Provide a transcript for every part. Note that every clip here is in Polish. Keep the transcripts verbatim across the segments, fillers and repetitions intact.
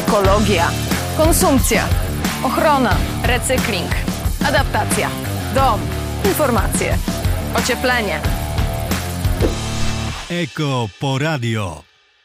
ekologia, konsumpcja, ochrona, recykling, adaptacja, dom, informacje, ocieplenie. Eko Poradio.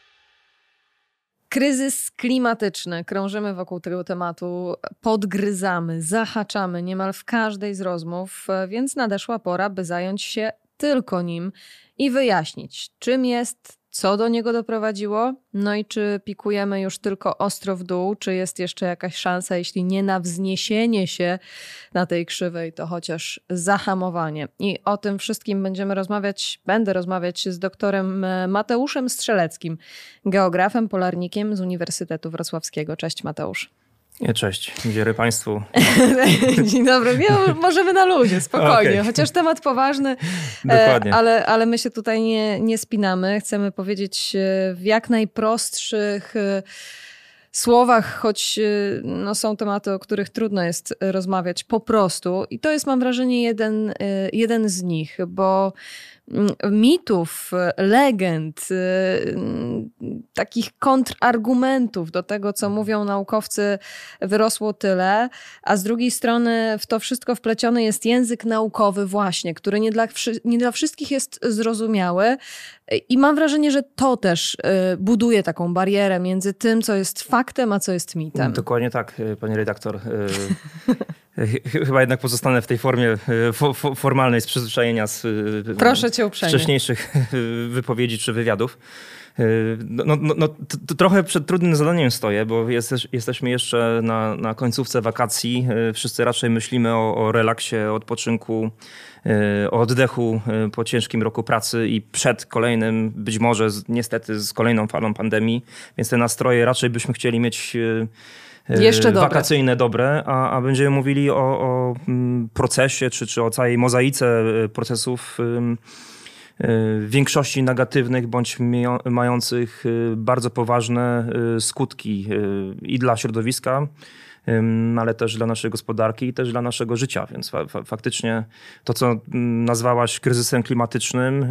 Kryzys klimatyczny. Krążymy wokół tego tematu, podgryzamy, zahaczamy niemal w każdej z rozmów, więc nadeszła pora, by zająć się tylko nim i wyjaśnić, czym jest, co do niego doprowadziło, no i czy pikujemy już tylko ostro w dół, czy jest jeszcze jakaś szansa, jeśli nie na wzniesienie się na tej krzywej, to chociaż zahamowanie. I o tym wszystkim będziemy rozmawiać, będę rozmawiać z doktorem Mateuszem Strzeleckim, geografem, polarnikiem z Uniwersytetu Wrocławskiego. Cześć Mateusz. Cześć, wierzę Państwu. Dzień dobry, nie, możemy na luzie, spokojnie, okay. Chociaż temat poważny, Dokładnie. ale, ale my się tutaj nie, nie spinamy. Chcemy powiedzieć w jak najprostszych słowach, choć no, są tematy, o których trudno jest rozmawiać po prostu. I to jest, mam wrażenie, jeden, jeden z nich, bo mitów, legend, takich kontrargumentów do tego, co mówią naukowcy, wyrosło tyle, a z drugiej strony w to wszystko wpleciony jest język naukowy właśnie, który nie dla, nie dla wszystkich jest zrozumiały i mam wrażenie, że to też buduje taką barierę między tym, co jest faktem, a co jest mitem. Dokładnie tak, pani redaktor. Chyba jednak pozostanę w tej formie formalnej z przyzwyczajenia z Proszę cię uprzejmie. Wcześniejszych wypowiedzi czy wywiadów. No, no, no, to trochę przed trudnym zadaniem stoję, bo jest, jesteśmy jeszcze na, na końcówce wakacji. Wszyscy raczej myślimy o, o relaksie, odpoczynku, o oddechu po ciężkim roku pracy i przed kolejnym, być może niestety z kolejną falą pandemii. Więc te nastroje raczej byśmy chcieli mieć Jeszcze wakacyjne, dobre, a, a będziemy mówili o, o procesie czy, czy o całej mozaice procesów w większości negatywnych bądź mających bardzo poważne skutki i dla środowiska, ale też dla naszej gospodarki i też dla naszego życia. Więc fa- fa- faktycznie to, co nazwałaś kryzysem klimatycznym,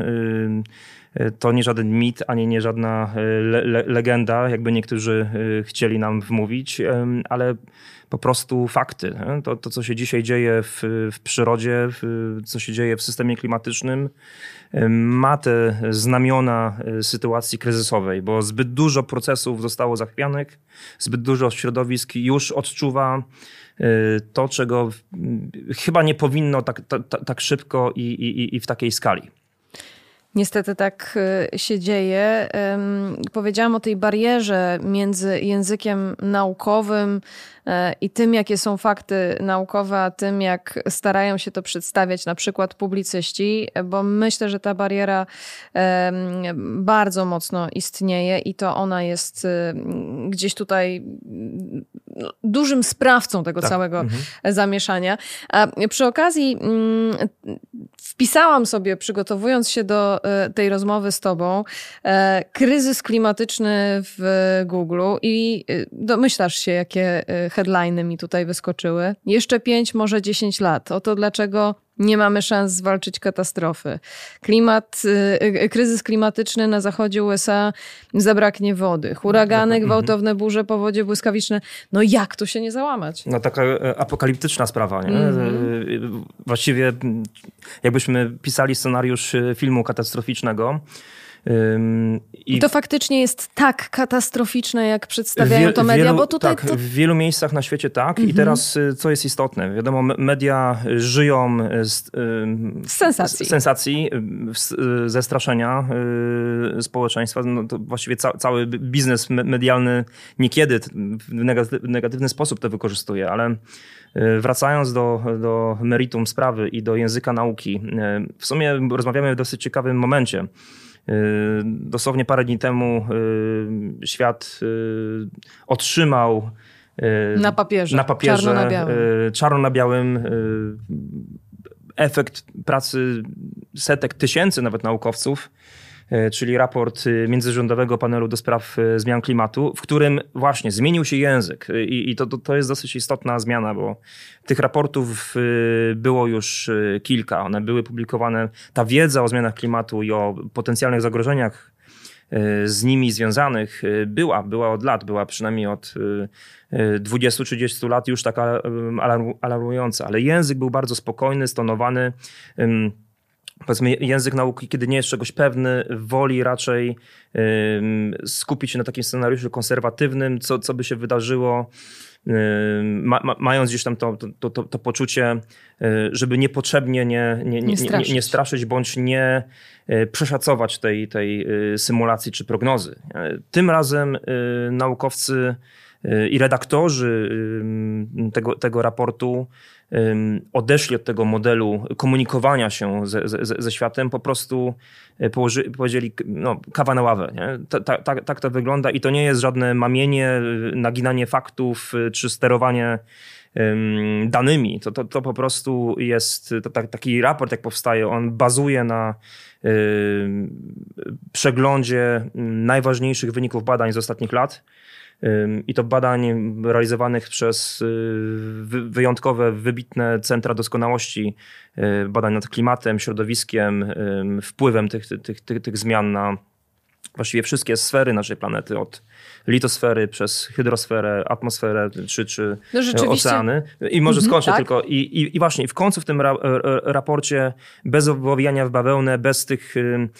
to nie żaden mit, ani nie żadna le- le- legenda, jakby niektórzy chcieli nam wmówić, ale po prostu fakty. To, to co się dzisiaj dzieje w, w przyrodzie, w, co się dzieje w systemie klimatycznym, ma te znamiona sytuacji kryzysowej, bo zbyt dużo procesów zostało zachwianych, zbyt dużo środowisk już odczuwa to, czego chyba nie powinno tak, tak, tak szybko i, i, i w takiej skali. Niestety tak się dzieje. Powiedziałam o tej barierze między językiem naukowym i tym, jakie są fakty naukowe, a tym, jak starają się to przedstawiać na przykład publicyści, bo myślę, że ta bariera bardzo mocno istnieje i to ona jest gdzieś tutaj dużym sprawcą tego tak. całego mhm. zamieszania. A przy okazji wpisałam sobie, przygotowując się do tej rozmowy z tobą, kryzys klimatyczny w Google i domyślasz się, jakie headliny mi tutaj wyskoczyły. Jeszcze pięć, może dziesięć lat. Oto dlaczego nie mamy szans zwalczyć katastrofy. Klimat, kryzys klimatyczny na zachodzie U S A, zabraknie wody. Huragany, gwałtowne burze, powodzie błyskawiczne. No jak tu się nie załamać? No taka apokaliptyczna sprawa, nie? Mm-hmm. Właściwie jakbyśmy pisali scenariusz filmu katastroficznego, I, I to faktycznie jest tak katastroficzne, jak przedstawiają to media, wielu, bo tutaj... Tak, to... w wielu miejscach na świecie tak. Mm-hmm. I teraz, co jest istotne? Wiadomo, media żyją z, z sensacji, z sensacji ze straszenia społeczeństwa. No to właściwie ca- cały biznes medialny niekiedy w negatywny sposób to wykorzystuje, ale wracając do, do meritum sprawy i do języka nauki, w sumie rozmawiamy w dosyć ciekawym momencie. Dosłownie parę dni temu świat otrzymał na papierze, na papierze czarno na białym, czarno na białym efekt pracy setek tysięcy nawet naukowców, czyli raport Międzyrządowego Panelu do Spraw Zmian Klimatu, w którym właśnie zmienił się język. I, i to, to jest dosyć istotna zmiana, bo tych raportów było już kilka. One były publikowane. Ta wiedza o zmianach klimatu i o potencjalnych zagrożeniach z nimi związanych była, była od lat, była przynajmniej od dwudziestu trzydziestu lat już taka alarmująca, ale język był bardzo spokojny, stonowany. Powiedzmy, język nauki, kiedy nie jest czegoś pewny, woli raczej skupić się na takim scenariuszu konserwatywnym, co, co by się wydarzyło, ma, ma, mając gdzieś tam to, to, to, to poczucie, żeby niepotrzebnie nie, nie, nie, nie, straszyć. nie, nie straszyć bądź nie przeszacować tej, tej symulacji czy prognozy. Tym razem naukowcy i redaktorzy tego, tego raportu odeszli od tego modelu komunikowania się ze, ze, ze światem, po prostu położy, powiedzieli, no, kawa na ławę. Nie? Ta, ta, tak to wygląda i to nie jest żadne mamienie, naginanie faktów czy sterowanie um, danymi. To, to, to po prostu jest to, tak, taki raport, jak powstaje, on bazuje na um, przeglądzie najważniejszych wyników badań z ostatnich lat. I to badań realizowanych przez wyjątkowe, wybitne centra doskonałości, badań nad klimatem, środowiskiem, wpływem tych, tych, tych, tych zmian na właściwie wszystkie sfery naszej planety, od litosfery przez hydrosferę, atmosferę czy, czy no oceany. I może mhm, skończę tak? tylko. I, i, I właśnie w końcu w tym ra, raporcie bez owijania w bawełnę, bez tych,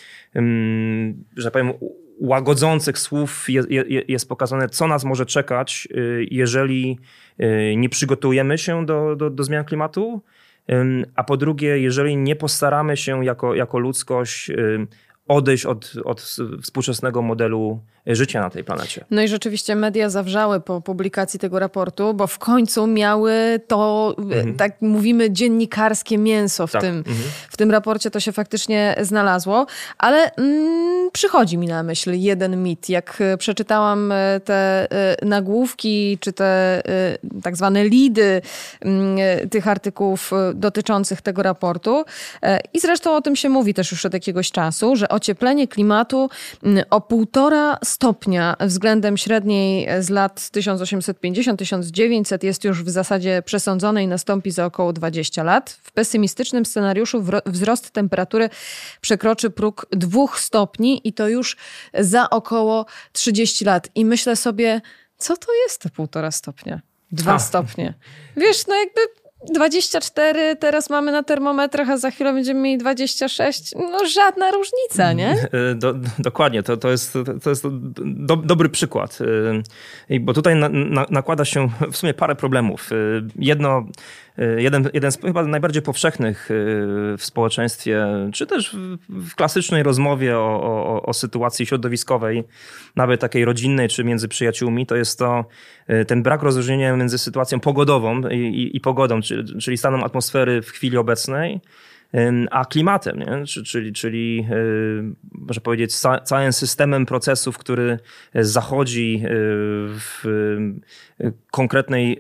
um, że powiem, łagodzących słów jest, jest pokazane, co nas może czekać, jeżeli nie przygotujemy się do, do, do zmian klimatu, a po drugie, jeżeli nie postaramy się jako, jako ludzkość odejść od, od współczesnego modelu życia na tej planecie. No i rzeczywiście media zawrzały po publikacji tego raportu, bo w końcu miały to, mhm. tak mówimy, dziennikarskie mięso w, tak. tym, mhm. w tym raporcie. To się faktycznie znalazło, ale mm, przychodzi mi na myśl jeden mit. Jak przeczytałam te y, nagłówki, czy te y, tak zwane lidy y, tych artykułów dotyczących tego raportu y, i zresztą o tym się mówi też już od jakiegoś czasu, że ocieplenie klimatu y, o półtora stopnia względem średniej z lat tysiąc osiemset pięćdziesiąt do tysiąc dziewięćset jest już w zasadzie przesądzone i nastąpi za około dwadzieścia lat. W pesymistycznym scenariuszu wzrost temperatury przekroczy próg dwóch stopni i to już za około trzydzieści lat. I myślę sobie, co to jest te półtora stopnia? Dwa a. stopnie. Wiesz, no jakby dwadzieścia cztery teraz mamy na termometrach, a za chwilę będziemy mieli dwadzieścia sześć. No żadna różnica, nie? Do, dokładnie, to, to jest, to jest do, dobry przykład. Bo tutaj na, na, nakłada się w sumie parę problemów. Jedno, jeden, jeden z chyba najbardziej powszechnych w społeczeństwie, czy też w klasycznej rozmowie o, o, o sytuacji środowiskowej, nawet takiej rodzinnej, czy między przyjaciółmi, to jest to ten brak rozróżnienia między sytuacją pogodową i, i, i pogodą, czyli, czyli stanem atmosfery w chwili obecnej, a klimatem, nie? Czyli, czyli można powiedzieć całym systemem procesów, który zachodzi w konkretnej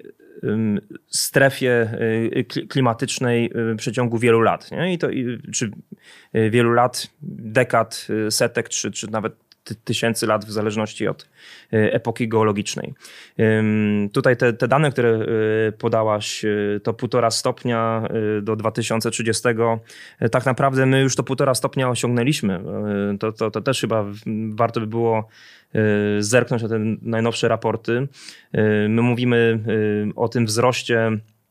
strefie klimatycznej w przeciągu wielu lat. Nie? I to, czy wielu lat, dekad, setek, czy, czy nawet tysięcy lat w zależności od epoki geologicznej. Tutaj te, te dane, które podałaś, to półtora stopnia do dwa tysiące trzydziestego. Tak naprawdę my już to półtora stopnia osiągnęliśmy. To, to, to też chyba warto by było zerknąć na te najnowsze raporty. My mówimy o tym wzroście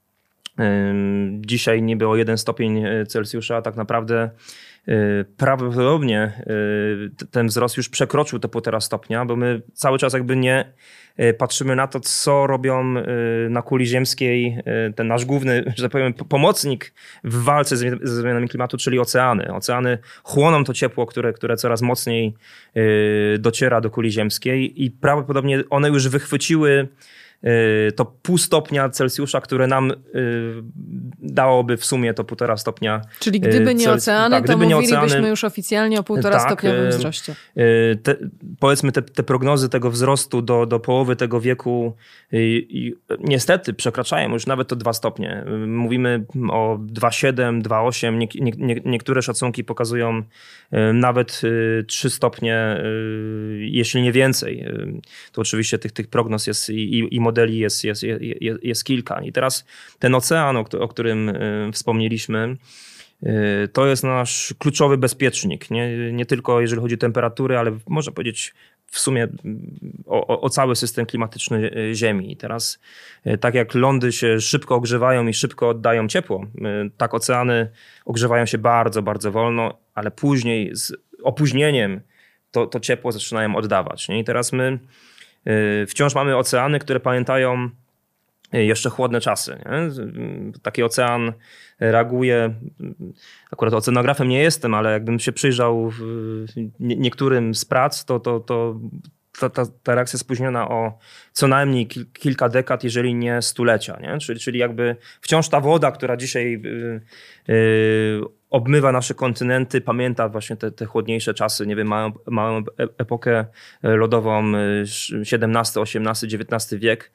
dzisiaj niby o jeden stopień Celsjusza, a tak naprawdę prawdopodobnie ten wzrost już przekroczył te półtora stopnia, bo my cały czas jakby nie patrzymy na to, co robią na kuli ziemskiej ten nasz główny, że tak powiem, pomocnik w walce ze zmianami klimatu, czyli oceany. Oceany chłoną to ciepło, które, które coraz mocniej dociera do kuli ziemskiej i prawdopodobnie one już wychwyciły to pół stopnia Celsjusza, które nam y, dałoby w sumie to półtora stopnia. Czyli gdyby nie oceany, tak, to gdyby mówilibyśmy nie oceany, już oficjalnie o półtora tak, stopniowym wzroście. Y, te, powiedzmy te, te prognozy tego wzrostu do, do połowy tego wieku y, y, niestety przekraczają już nawet to dwa stopnie. Y, mówimy o dwa przecinek siedem, dwa przecinek osiem. Nie, nie, nie, niektóre szacunki pokazują y, nawet y, trzy stopnie, y, jeśli nie więcej. Y, to oczywiście tych, tych prognoz jest i, i, i modeli jest, jest, jest, jest kilka. I teraz ten ocean, o, o którym y, wspomnieliśmy, to jest nasz kluczowy bezpiecznik. Nie, nie tylko jeżeli chodzi o temperatury, ale można powiedzieć w sumie o, o cały system klimatyczny Ziemi. I teraz tak jak lądy się szybko ogrzewają i szybko oddają ciepło, tak oceany ogrzewają się bardzo, bardzo wolno, ale później z opóźnieniem to, to ciepło zaczynają oddawać. Nie? I teraz my wciąż mamy oceany, które pamiętają jeszcze chłodne czasy. Nie? Taki ocean reaguje, akurat oceanografem nie jestem, ale jakbym się przyjrzał niektórym z prac, to, to, to ta, ta, ta reakcja spóźniona o co najmniej kil, kilka dekad, jeżeli nie stulecia. Nie? Czyli, czyli jakby wciąż ta woda, która dzisiaj yy, yy, obmywa nasze kontynenty, pamięta właśnie te, te chłodniejsze czasy, nie wiem, małą, małą epokę lodową, siedemnasty, osiemnasty, dziewiętnasty wiek.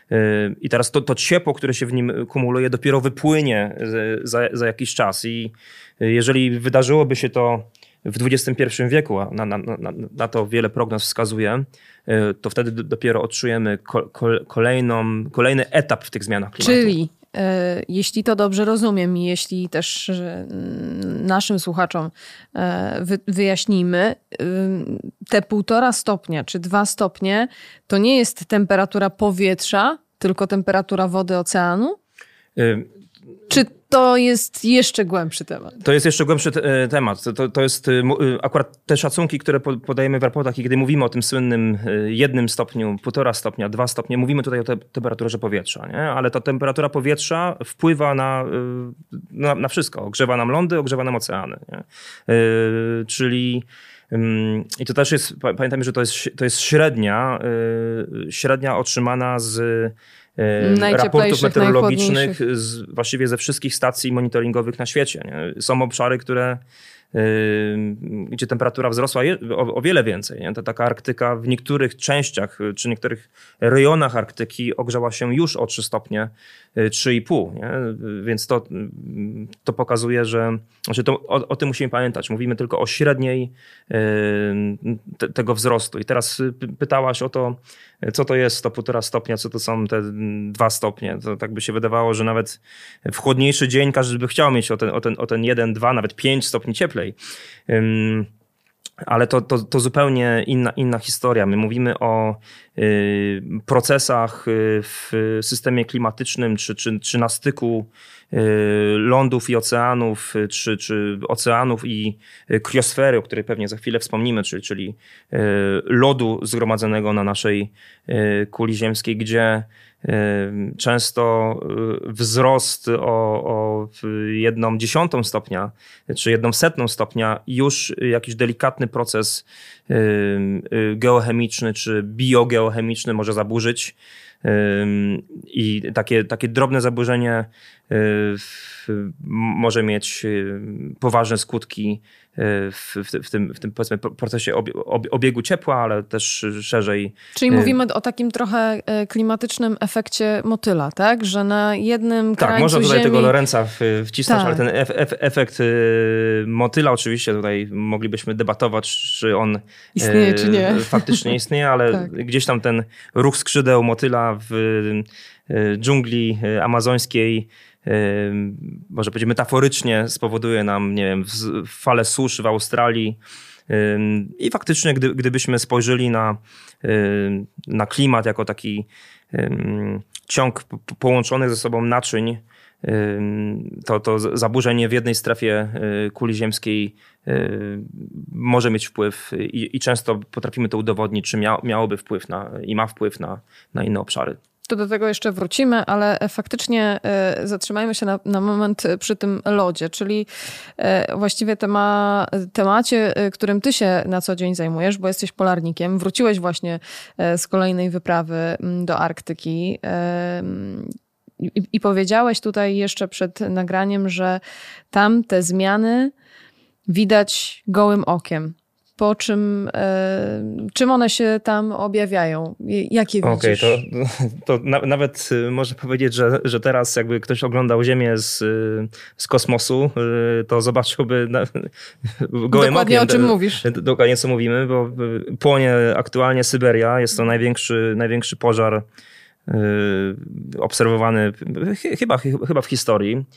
I teraz to, to ciepło, które się w nim kumuluje, dopiero wypłynie za, za jakiś czas. I jeżeli wydarzyłoby się to w dwudziestym pierwszym wieku, a na, na, na, na to wiele prognoz wskazuje, to wtedy dopiero odczujemy kolejną, kolejny etap w tych zmianach klimatu. Czyli e, jeśli to dobrze rozumiem i jeśli też e, naszym słuchaczom e, wy, wyjaśnijmy, e, te półtora stopnia czy dwa stopnie to nie jest temperatura powietrza, tylko temperatura wody oceanu? Y Czy to jest jeszcze głębszy temat? To jest jeszcze głębszy te temat. To, to jest akurat te szacunki, które podajemy w raportach i kiedy mówimy o tym słynnym jednym stopniu, półtora stopnia, dwa stopnie, mówimy tutaj o te temperaturze powietrza, nie? Ale ta temperatura powietrza wpływa na, na, na wszystko. Ogrzewa nam lądy, ogrzewa nam oceany. Nie? Yy, czyli i to też jest, pamiętajmy, że to jest, to jest średnia, średnia otrzymana z raportów meteorologicznych z, właściwie ze wszystkich stacji monitoringowych na świecie. Nie? Są obszary, które, yy, gdzie temperatura wzrosła je, o, o wiele więcej. Nie? To taka Arktyka w niektórych częściach czy niektórych rejonach Arktyki ogrzała się już o trzy stopnie, trzy i pół. Nie? Więc to, to pokazuje, że znaczy to, o, o tym musimy pamiętać. Mówimy tylko o średniej yy, te, tego wzrostu. I teraz pytałaś o to, co to jest to półtora stopnia, co to są te dwa stopnie. To tak by się wydawało, że nawet w chłodniejszy dzień każdy by chciał mieć o ten, o ten, o ten jeden, dwa, nawet pięć stopni cieplej. Ym, ale to, to, to zupełnie inna, inna historia. My mówimy o y, procesach w systemie klimatycznym, czy, czy, czy na styku y, lądów i oceanów, czy, czy oceanów i kriosfery, o której pewnie za chwilę wspomnimy, czyli, czyli y, lodu zgromadzonego na naszej y, kuli ziemskiej, gdzie często wzrost o, o jedną dziesiątą stopnia, czy jedną setną stopnia już jakiś delikatny proces geochemiczny, czy biogeochemiczny może zaburzyć. I takie, takie drobne zaburzenie może mieć poważne skutki w, w, w, tym, w tym powiedzmy procesie obiegu ciepła, ale też szerzej. Czyli mówimy o takim trochę klimatycznym efekcie motyla, tak? Że na jednym tak, krańcu można tutaj ziemi... tego Lorenza wcisnąć, tak. Ale ten ef, ef, efekt motyla oczywiście tutaj moglibyśmy debatować, czy on istnieje, czy nie. Faktycznie istnieje, ale tak. Gdzieś tam ten ruch skrzydeł motyla w dżungli amazońskiej może powiedzieć metaforycznie spowoduje nam, nie wiem, falę susz w Australii i faktycznie gdy, gdybyśmy spojrzeli na, na klimat jako taki ciąg połączonych ze sobą naczyń, to, to zaburzenie w jednej strefie kuli ziemskiej może mieć wpływ i, i często potrafimy to udowodnić, czy mia, miałoby wpływ na, i ma wpływ na, na inne obszary. To do tego jeszcze wrócimy, ale faktycznie zatrzymajmy się na, na moment przy tym lodzie, czyli właściwie tema, temacie, którym ty się na co dzień zajmujesz, bo jesteś polarnikiem. Wróciłeś właśnie z kolejnej wyprawy do Arktyki i, i powiedziałeś tutaj jeszcze przed nagraniem, że tam te zmiany widać gołym okiem. Po czym, e, czym one się tam objawiają? Jakie widzisz? Okej, okay, to, to na, nawet można powiedzieć, że, że teraz jakby ktoś oglądał Ziemię z, z kosmosu, to zobaczyłby na, gołym dokładnie okiem. O czym mówisz. Dokładnie co mówimy, bo płonie aktualnie Syberia. Jest to największy, największy pożar obserwowany chyba, chyba w historii.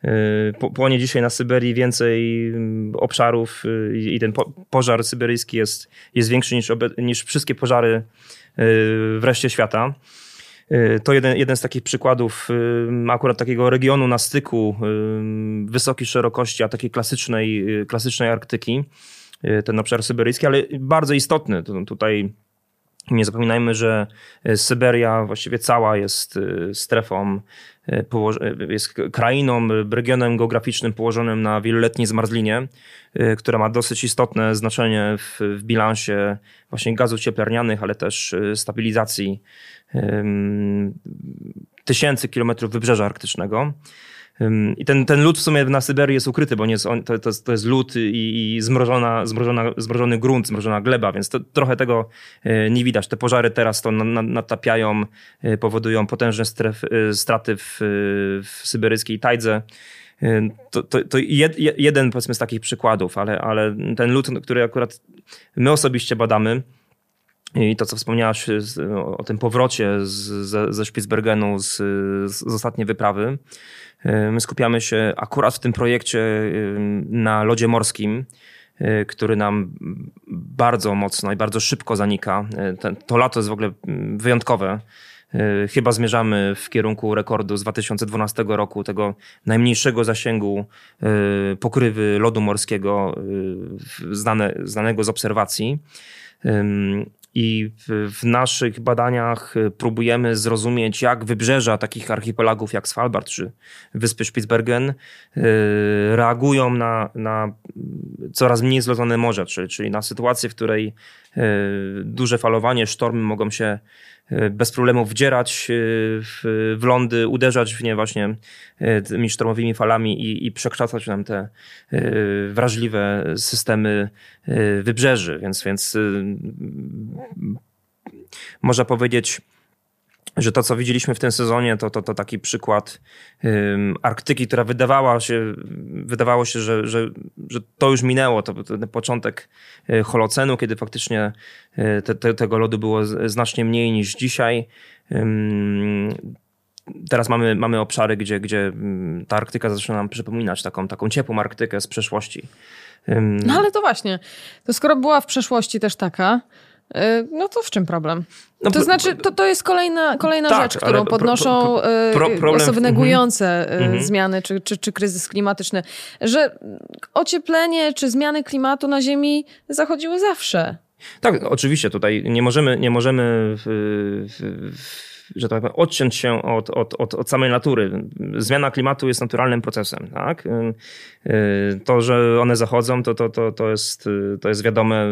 Płonie dzisiaj na Syberii więcej obszarów i ten pożar syberyjski jest, jest większy niż, niż wszystkie pożary w reszcie świata. To jeden, jeden z takich przykładów akurat takiego regionu na styku wysokiej szerokości, a takiej klasycznej, klasycznej Arktyki, ten obszar syberyjski, ale bardzo istotny. Tutaj nie zapominajmy, że Syberia właściwie cała jest strefą, jest krainą, regionem geograficznym położonym na wieloletniej zmarzlinie, która ma dosyć istotne znaczenie w, w bilansie właśnie gazów cieplarnianych, ale też stabilizacji um, tysięcy kilometrów wybrzeża arktycznego. I ten, ten lód w sumie na Syberii jest ukryty, bo nie jest on, to, to, to jest lód i, i zmrożona, zmrożona, zmrożony grunt, zmrożona gleba, więc to, trochę tego nie widać. Te pożary teraz to natapiają, powodują potężne stref, straty w, w syberyjskiej tajdze. To, to, to jed, jeden powiedzmy z takich przykładów, ale, ale ten lód, który akurat my osobiście badamy, i to, co wspomniałaś o tym powrocie z, ze, ze Spitsbergenu, z, z ostatniej wyprawy, my skupiamy się akurat w tym projekcie na lodzie morskim, który nam bardzo mocno i bardzo szybko zanika. Ten, to lato jest w ogóle wyjątkowe. Chyba zmierzamy w kierunku rekordu z dwa tysiące dwunastego roku, tego najmniejszego zasięgu pokrywy lodu morskiego znane, znanego z obserwacji. I w naszych badaniach próbujemy zrozumieć, jak wybrzeża takich archipelagów jak Svalbard czy wyspy Spitsbergen reagują na, na coraz mniej zlodzone morze, czyli, czyli na sytuację, w której duże falowanie, sztormy mogą się bez problemu wdzierać w, w lądy, uderzać w nie właśnie tymi sztormowymi falami i, i przekształcać nam te wrażliwe systemy wybrzeży. Więc, więc można powiedzieć, że to, co widzieliśmy w tym sezonie, to, to, to taki przykład um, Arktyki, która wydawała się, wydawało się, że, że, że to już minęło. To był ten początek Holocenu, kiedy faktycznie te, te, tego lodu było znacznie mniej niż dzisiaj. Um, teraz mamy, mamy obszary, gdzie, gdzie ta Arktyka zaczyna nam przypominać taką, taką ciepłą Arktykę z przeszłości. Um, no ale to właśnie, to skoro była w przeszłości też taka, no to w czym problem? No, to znaczy, to, to jest kolejna, kolejna tak, rzecz, którą podnoszą pro, pro, problem, osoby negujące mm-hmm. zmiany czy, czy, czy kryzys klimatyczny, że ocieplenie czy zmiany klimatu na Ziemi zachodziły zawsze. Tak, oczywiście tutaj nie możemy, nie możemy w, w, że tak powiem, odciąć się od, od, od, od samej natury. Zmiana klimatu jest naturalnym procesem. Tak? To, że one zachodzą, to, to, to, to, jest, to jest wiadome.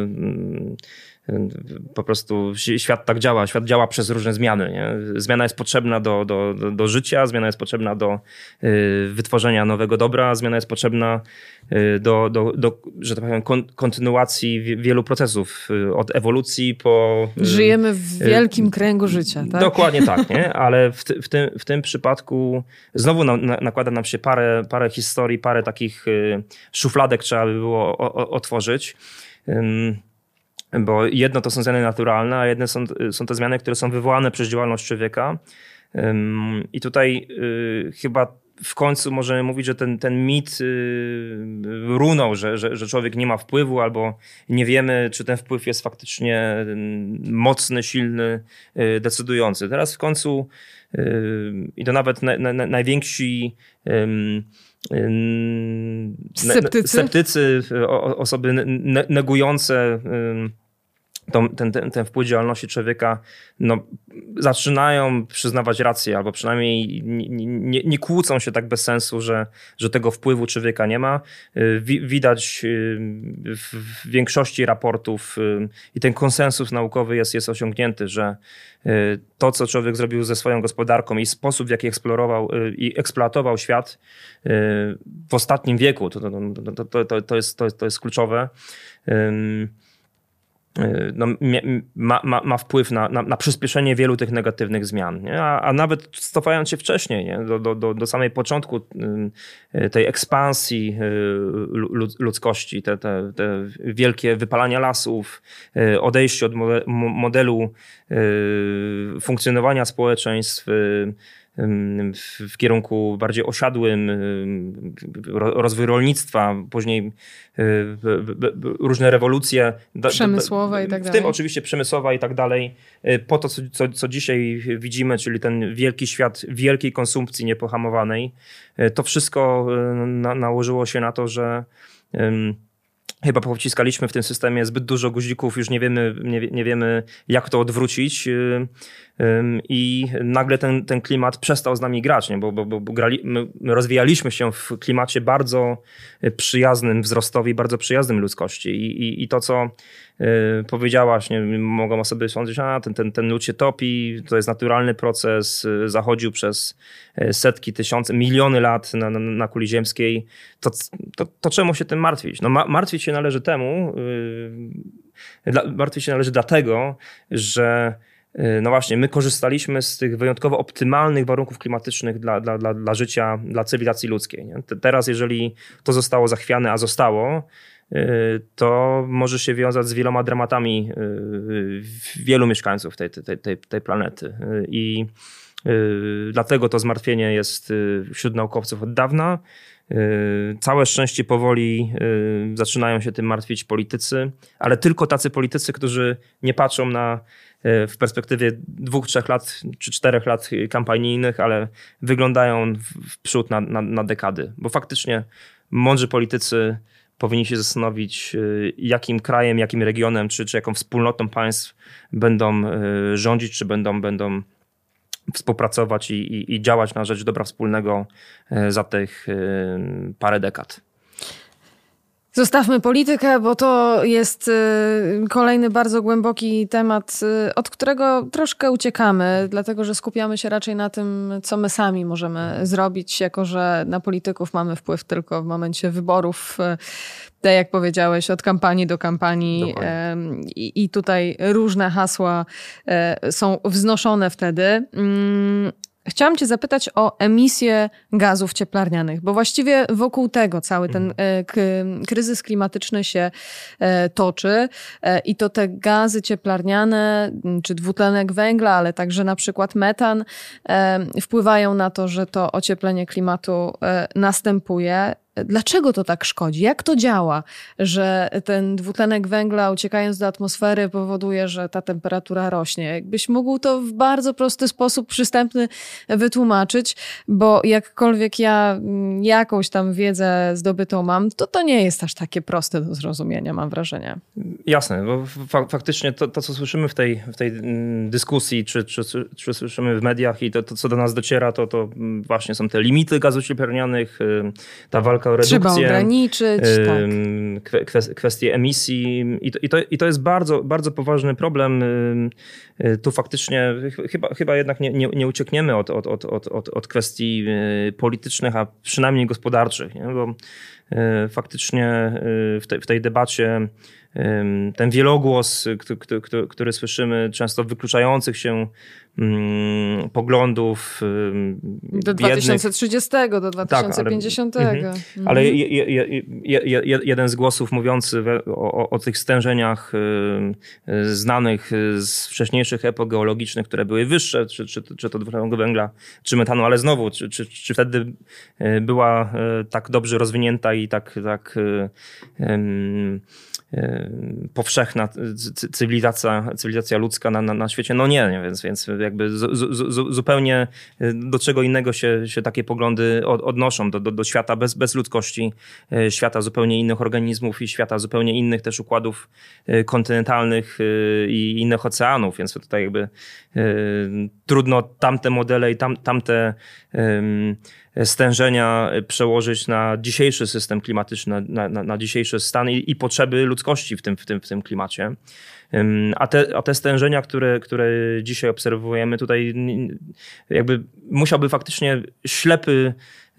Po prostu świat tak działa. Świat działa przez różne zmiany. Nie? Zmiana jest potrzebna do, do, do, do życia, zmiana jest potrzebna do y, wytworzenia nowego dobra, zmiana jest potrzebna y, do, do, do, że tak powiem, kon, kontynuacji wielu procesów. Y, od ewolucji po... Y, Żyjemy w wielkim y, kręgu życia. Tak? Dokładnie tak, nie? Ale w, w, tym, w tym przypadku znowu na, na, nakłada nam się parę, parę historii, parę takich y, szufladek trzeba by było o, o, otworzyć. Y, Bo jedno to są zmiany naturalne, a jedne są, są te zmiany, które są wywołane przez działalność człowieka. I tutaj chyba w końcu możemy mówić, że ten, ten mit runął, że, że, że człowiek nie ma wpływu albo nie wiemy, czy ten wpływ jest faktycznie mocny, silny, decydujący. Teraz w końcu i to nawet na, na, na, najwięksi sceptycy, sceptycy osoby negujące ten, ten, ten wpływ działalności człowieka no, zaczynają przyznawać rację, albo przynajmniej nie, nie, nie kłócą się tak bez sensu, że, że tego wpływu człowieka nie ma. Widać w większości raportów i ten konsensus naukowy jest, jest osiągnięty, że to, co człowiek zrobił ze swoją gospodarką i sposób, w jaki eksplorował i eksploatował świat w ostatnim wieku, to, to, to, to, to, jest, to, jest, to jest kluczowe. No, ma, ma, ma wpływ na, na, na przyspieszenie wielu tych negatywnych zmian. Nie? A, a nawet cofając się wcześniej, nie? Do, do, do, do samej początku tej ekspansji ludzkości, te, te, te wielkie wypalania lasów, odejście od modelu funkcjonowania społeczeństw, w, w kierunku bardziej osiadłym, rozwój rolnictwa, później różne rewolucje. Przemysłowe i tak dalej. W tym oczywiście przemysłowa i tak dalej. Po to, co, co dzisiaj widzimy, czyli ten wielki świat wielkiej konsumpcji niepohamowanej, to wszystko na, nałożyło się na to, że chyba powciskaliśmy w tym systemie zbyt dużo guzików, już nie wiemy, nie, nie wiemy jak to odwrócić i nagle ten, ten klimat przestał z nami grać, nie? bo, bo, bo grali, my rozwijaliśmy się w klimacie bardzo przyjaznym wzrostowi, bardzo przyjaznym ludzkości i, i, i to, co powiedziałaś, nie, mogą osoby sądzić, a ten, ten, ten lód się topi, to jest naturalny proces, zachodził przez setki, tysiące, miliony lat na, na, na kuli ziemskiej, to, to, to czemu się tym martwić? No ma, martwić się należy temu, yy, dla, martwić się należy dlatego, że no właśnie, my korzystaliśmy z tych wyjątkowo optymalnych warunków klimatycznych dla, dla, dla, dla życia, dla cywilizacji ludzkiej. Nie? Teraz, jeżeli to zostało zachwiane, a zostało, to może się wiązać z wieloma dramatami wielu mieszkańców tej, tej, tej, tej planety. I dlatego to zmartwienie jest wśród naukowców od dawna. Całe szczęście powoli zaczynają się tym martwić politycy, ale tylko tacy politycy, którzy nie patrzą na w perspektywie dwóch, trzech lat czy czterech lat kampanijnych, ale wyglądają w przód na, na, na dekady. Bo faktycznie mądrzy politycy powinni się zastanowić, jakim krajem, jakim regionem, czy, czy jaką wspólnotą państw będą rządzić, czy będą, będą współpracować i, i, i działać na rzecz dobra wspólnego za tych parę dekad. Zostawmy politykę, bo to jest kolejny bardzo głęboki temat, od którego troszkę uciekamy, dlatego że skupiamy się raczej na tym, co my sami możemy zrobić, jako że na polityków mamy wpływ tylko w momencie wyborów, tak jak powiedziałeś, od kampanii do kampanii. I, i tutaj różne hasła są wznoszone wtedy. Chciałam cię zapytać o emisję gazów cieplarnianych, bo właściwie wokół tego cały ten kryzys klimatyczny się toczy i to te gazy cieplarniane, czy dwutlenek węgla, ale także na przykład metan wpływają na to, że to ocieplenie klimatu następuje. Dlaczego to tak szkodzi? Jak to działa, że ten dwutlenek węgla uciekając do atmosfery powoduje, że ta temperatura rośnie? Jakbyś mógł to w bardzo prosty sposób, przystępny wytłumaczyć, bo jakkolwiek ja jakąś tam wiedzę zdobytą mam, to to nie jest aż takie proste do zrozumienia, mam wrażenie. Jasne, bo fa- faktycznie to, to, co słyszymy w tej, w tej dyskusji, czy, czy, czy słyszymy w mediach i to, to, co do nas dociera, to, to właśnie są te limity gazów cieplarnianych, ta walka o redukcję. Trzeba ograniczyć, tak. Kwestie emisji i to, i to, i to jest bardzo, bardzo poważny problem. Tu faktycznie chyba, chyba jednak nie, nie, nie uciekniemy od, od, od, od, od kwestii politycznych, a przynajmniej gospodarczych, nie? Bo faktycznie w tej, w tej debacie ten wielogłos, który, który, który słyszymy, często wykluczających się um, poglądów um, do dwa tysiące trzydziestego, do dwa tysiące pięćdziesiątego. Tak, ale mhm. ale je, je, je, je, jeden z głosów mówiący o, o, o tych stężeniach y, znanych z wcześniejszych epok geologicznych, które były wyższe, czy, czy, czy to dwutlenku węgla, czy metanu, ale znowu, czy, czy, czy wtedy była tak dobrze rozwinięta i tak, tak y, y, powszechna cywilizacja, cywilizacja ludzka na, na, na świecie? No nie, nie, więc, więc jakby z, z, z, zupełnie do czego innego się, się takie poglądy od, odnoszą, do, do, do świata bez, bez ludzkości, świata zupełnie innych organizmów i świata zupełnie innych też układów kontynentalnych i innych oceanów, więc tutaj jakby trudno tamte modele i tam, tamte stężenia przełożyć na dzisiejszy system klimatyczny, na, na, na dzisiejszy stan i, i potrzeby ludzkości w tym, w tym, w tym klimacie. A te, a te stężenia, które, które dzisiaj obserwujemy, tutaj jakby musiałby faktycznie ślepy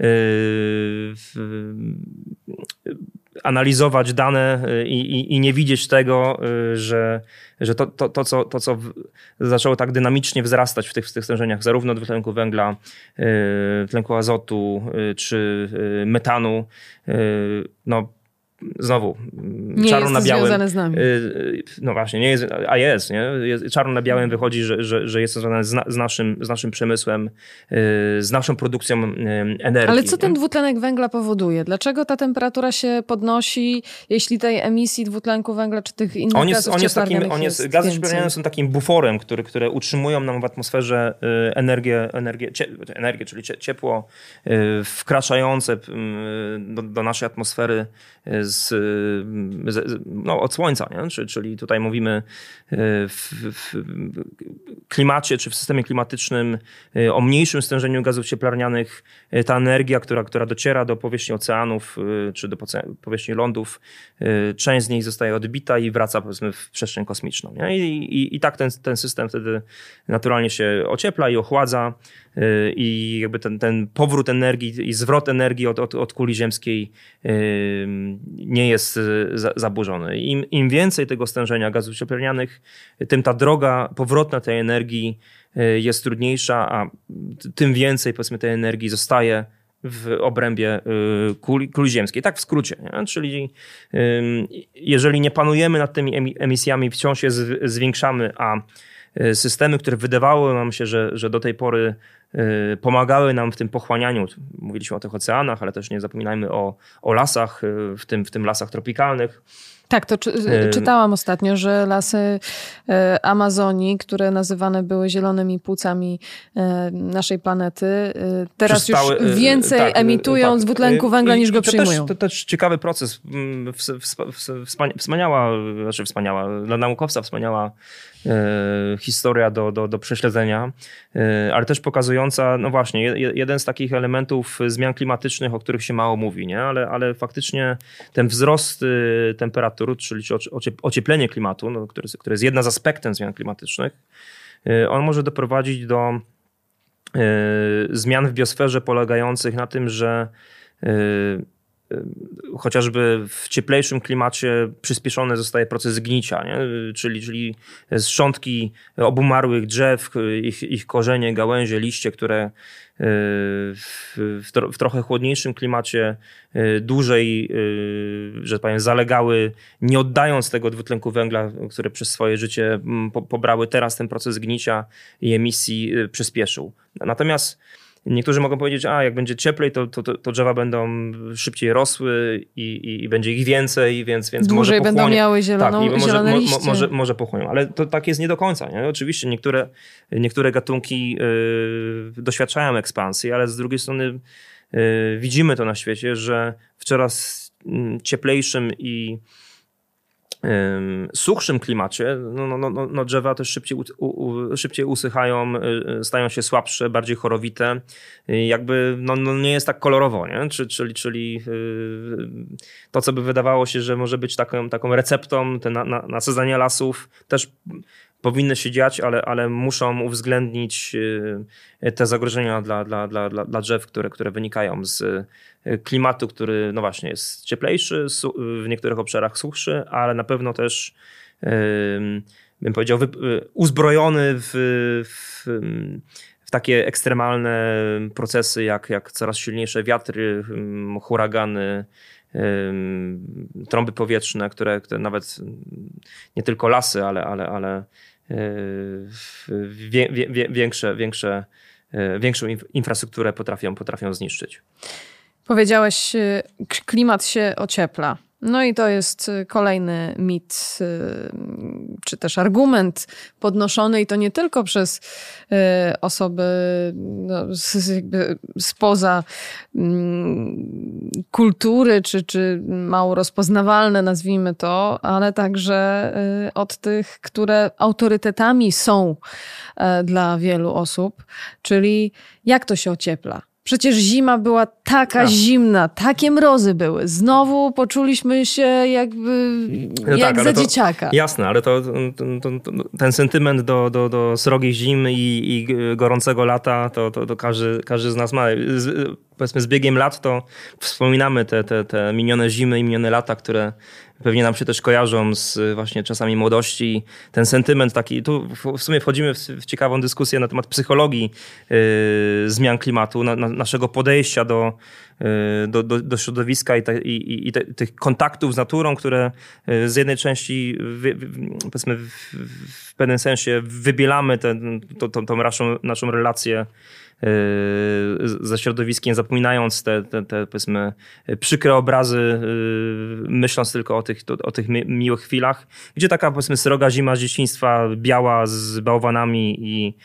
analizować dane i, i, i nie widzieć tego, że, że to, to, to, co, to, co zaczęło tak dynamicznie wzrastać w tych, w tych stężeniach, zarówno dwutlenku węgla, tlenku azotu czy metanu, no znowu nie czarno jest na białym. związane z nami. No właśnie, nie jest, a jest, nie? Jest, czarno na białym wychodzi, że, że, że jest to związane z, na, z, naszym, z naszym przemysłem, z naszą produkcją energii. Ale co ten nie? dwutlenek węgla powoduje? Dlaczego ta temperatura się podnosi, jeśli tej emisji dwutlenku węgla czy tych innych on jest, gazów on jest takim, cieplarnianych on jest, jest Gazy więcej? cieplarniane są takim buforem, który, które utrzymują nam w atmosferze energię, energię, energię czyli ciepło wkraczające do, do naszej atmosfery z, z, no, od słońca, nie? Czyli tutaj mówimy w, w klimacie czy w systemie klimatycznym o mniejszym stężeniu gazów cieplarnianych. Ta energia, która, która dociera do powierzchni oceanów czy do powierzchni lądów, część z niej zostaje odbita i wraca, powiedzmy, w przestrzeń kosmiczną. Nie? I, i, i tak ten, ten system wtedy naturalnie się ociepla i ochładza i jakby ten, ten powrót energii i zwrot energii od, od, od kuli ziemskiej nie jest zaburzony. Im, im więcej tego stężenia gazów cieplarnianych, tym ta droga powrotna tej energii jest trudniejsza, a tym więcej, powiedzmy, tej energii zostaje w obrębie kuli, kuli ziemskiej. Tak w skrócie. Nie? Czyli jeżeli nie panujemy nad tymi emisjami, wciąż je zwiększamy, a systemy, które wydawało nam się, że, że do tej pory pomagały nam w tym pochłanianiu, mówiliśmy o tych oceanach, ale też nie zapominajmy o, o lasach, w tym, w tym lasach tropikalnych. Tak, to czy, czytałam ostatnio, że lasy Amazonii, które nazywane były zielonymi płucami naszej planety, teraz Przestały, już więcej tak, emitują tak, dwutlenku węgla, I, niż go to przyjmują. Też, to też ciekawy proces. Wspaniała, znaczy wspaniała, dla naukowca wspaniała historia do, do, do prześledzenia, ale też pokazująca, no właśnie, jeden z takich elementów zmian klimatycznych, o których się mało mówi, nie? Ale, ale faktycznie ten wzrost temperatury, czyli ocieplenie klimatu, no, które, które jest jednym z aspektem zmian klimatycznych, on może doprowadzić do zmian w biosferze polegających na tym, że chociażby w cieplejszym klimacie przyspieszony zostaje proces gnicia, nie? Czyli, czyli szczątki obumarłych drzew, ich, ich korzenie, gałęzie, liście, które w, w, tro, w trochę chłodniejszym klimacie dłużej, że tak powiem, zalegały, nie oddając tego dwutlenku węgla, które przez swoje życie po, pobrały, teraz ten proces gnicia i emisji przyspieszył. Natomiast niektórzy mogą powiedzieć, a jak będzie cieplej, to, to, to drzewa będą szybciej rosły i, i, i będzie ich więcej, więc, więc dłużej może będą miały zieloną, tak, i może, zielone mo, liście. mo, może, może pochłonią, ale to tak jest nie do końca. Nie? Oczywiście niektóre, niektóre gatunki yy, doświadczają ekspansji, ale z drugiej strony yy, widzimy to na świecie, że w coraz cieplejszym i suchszym klimacie no, no, no, no drzewa też szybciej, u, u, szybciej usychają, stają się słabsze, bardziej chorowite. Jakby no, no nie jest tak kolorowo, nie? Czyli, czyli, czyli to, co by wydawało się, że może być taką, taką receptą, te na, na, nasadzania lasów też powinny się dziać, ale, ale muszą uwzględnić te zagrożenia dla, dla, dla, dla drzew, które, które wynikają z klimatu, który no właśnie jest cieplejszy, w niektórych obszarach suchszy, ale na pewno też bym powiedział uzbrojony w, w, w takie ekstremalne procesy jak, jak coraz silniejsze wiatry, huragany, trąby powietrzne, które, które nawet nie tylko lasy, ale, ale, ale wie, wie, większe, większe, większą infrastrukturę potrafią, potrafią zniszczyć. Powiedziałeś, klimat się ociepla. No i to jest kolejny mit, czy też argument podnoszony i to nie tylko przez osoby no, jakby spoza kultury, czy, czy mało rozpoznawalne, nazwijmy to, ale także od tych, które autorytetami są dla wielu osób, czyli jak to się ociepla. Przecież zima była taka no. zimna, takie mrozy były. Znowu poczuliśmy się jakby no jak tak, za dzieciaka. Jasne, ale to, to, to, ten sentyment do, do, do srogich zim i, i gorącego lata, to, to, to każdy, każdy z nas ma. Z, powiedzmy z biegiem lat to wspominamy te, te, te minione zimy i minione lata, które pewnie nam się też kojarzą z właśnie czasami młodości. Ten sentyment taki, tu w sumie wchodzimy w, w ciekawą dyskusję na temat psychologii yy, zmian klimatu, na, na, naszego podejścia do, do, do, do środowiska i, te, i, i te, tych kontaktów z naturą, które z jednej części wy, powiedzmy w, w pewnym sensie wybielamy tę to, to, to naszą, naszą relację ze środowiskiem, zapominając te, te, te powiedzmy przykre obrazy, myśląc tylko o tych, o tych miłych chwilach, gdzie taka powiedzmy sroga zima z dzieciństwa, biała z bałwanami i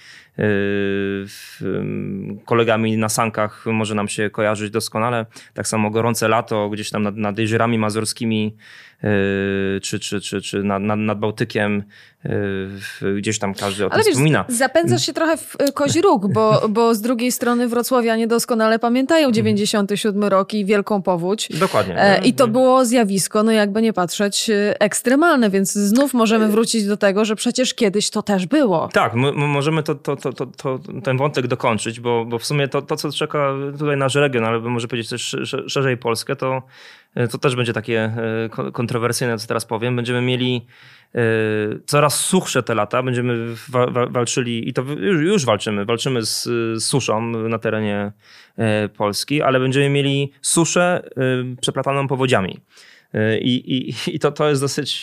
kolegami na sankach może nam się kojarzyć doskonale. Tak samo gorące lato gdzieś tam nad, nad jeziorami mazurskimi czy, czy, czy, czy nad, nad, nad Bałtykiem, gdzieś tam każdy o tym Ale wiesz, wspomina. Zapędzasz się trochę w kozi róg, bo, bo z drugiej strony wrocławianie doskonale pamiętają dziewięćdziesiąty siódmy rok i wielką powódź. Dokładnie. I to było zjawisko, no jakby nie patrzeć, ekstremalne, więc znów możemy wrócić do tego, że przecież kiedyś to też było. Tak, my, my możemy to, to, to, to, to, ten wątek dokończyć, bo, bo w sumie to, to, co czeka tutaj nasz region, ale może powiedzieć też szerzej Polskę, to, to też będzie takie kontrowersyjne, co teraz powiem. Będziemy mieli coraz suchsze te lata, będziemy wa- wa- walczyli i to już, już walczymy, walczymy z, z suszą na terenie Polski, ale będziemy mieli suszę przeplataną powodziami. I, i, i to, to jest dosyć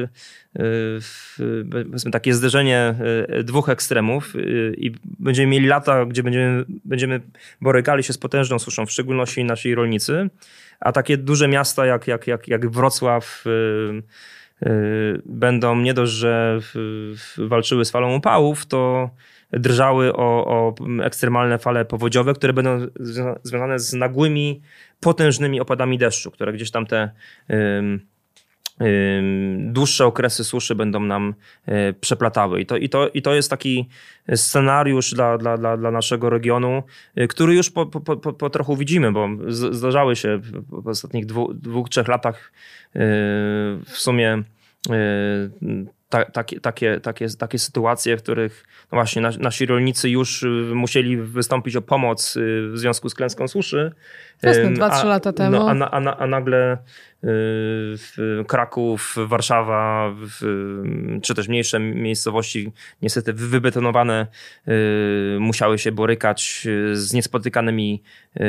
powiedzmy takie zderzenie dwóch ekstremów i będziemy mieli lata, gdzie będziemy, będziemy borykali się z potężną suszą, w szczególności nasi rolnicy, a takie duże miasta jak, jak, jak, jak Wrocław będą nie dość, że walczyły z falą upałów, to drżały o, o ekstremalne fale powodziowe, które będą związane z nagłymi, potężnymi opadami deszczu, które gdzieś tam te um, um, dłuższe okresy suszy będą nam um, przeplatały. I to, i, to, I to jest taki scenariusz dla, dla, dla, dla naszego regionu, który już po, po, po, po trochu widzimy, bo z, zdarzały się w ostatnich dwu, dwóch, trzech latach um, w sumie um, Ta, takie, takie, takie, takie sytuacje, w których no właśnie nasi, nasi rolnicy już musieli wystąpić o pomoc w związku z klęską suszy. Jasne, dwa, trzy lata temu. No, a, a, a nagle Kraków, Warszawa, czy też mniejsze miejscowości niestety wybetonowane musiały się borykać z niespotykanymi